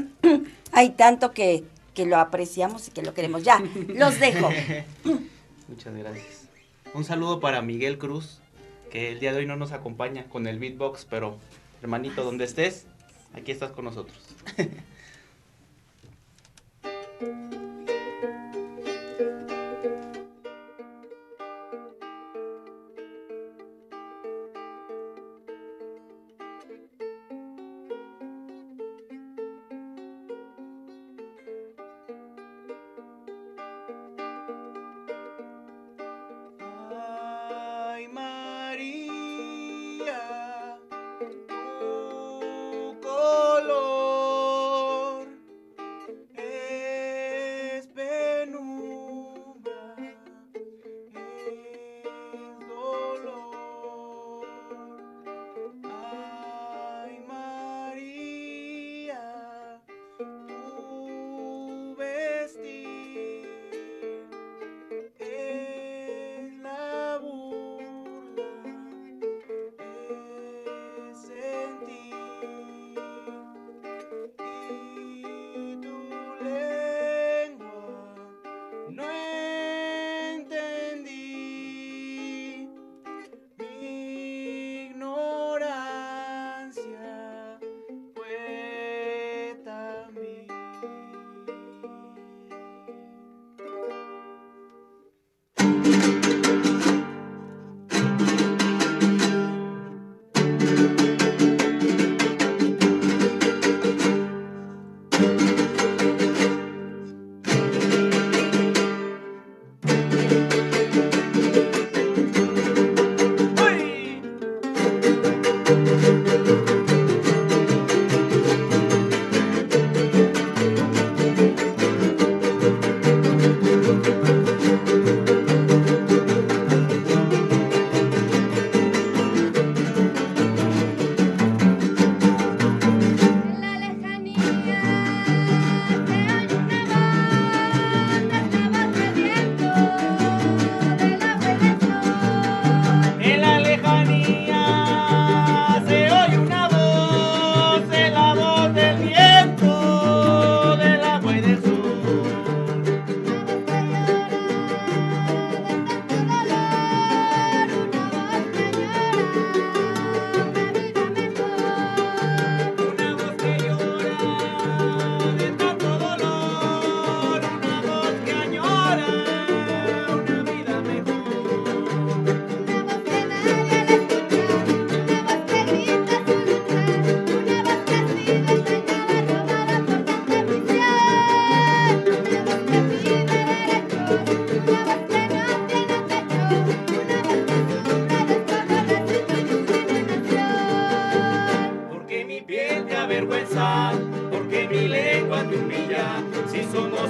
que lo apreciamos y que lo queremos. Ya, los dejo. Muchas gracias. Un saludo para Miguel Cruz, que el día de hoy no nos acompaña con el beatbox, pero hermanito, donde estés, aquí estás con nosotros.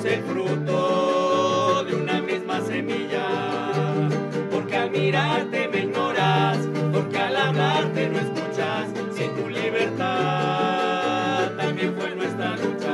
el fruto de una misma semilla. Porque al mirarte me ignoras, porque al hablarte no escuchas. Sin tu libertad también fue nuestra lucha.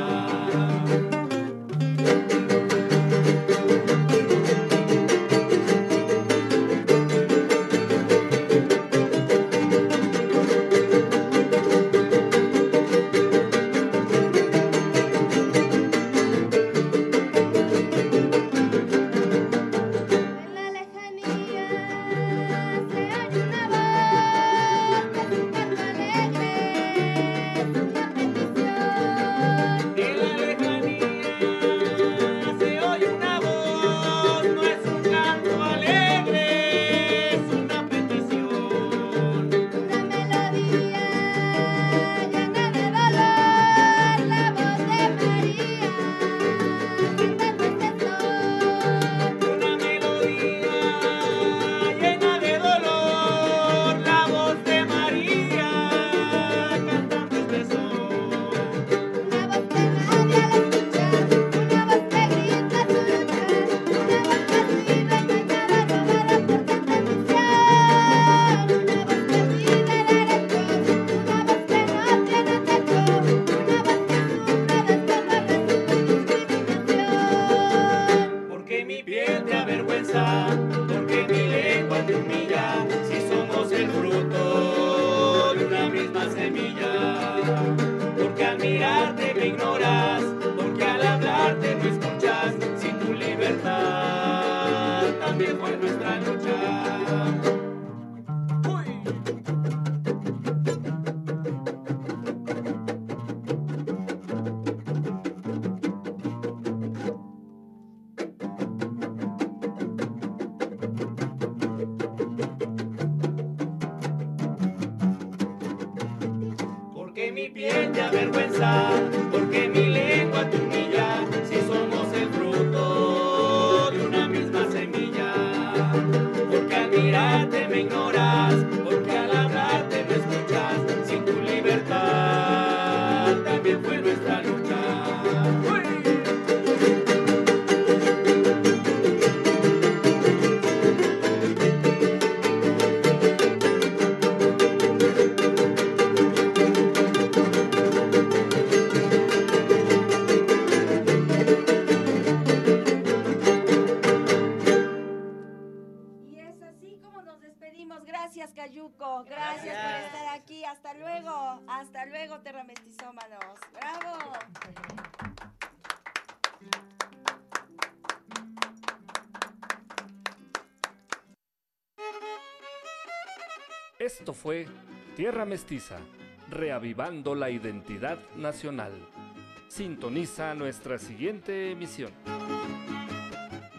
Hasta luego, terramestizómanos. ¡Bravo! Esto fue Tierra Mestiza, reavivando la identidad nacional. Sintoniza nuestra siguiente emisión.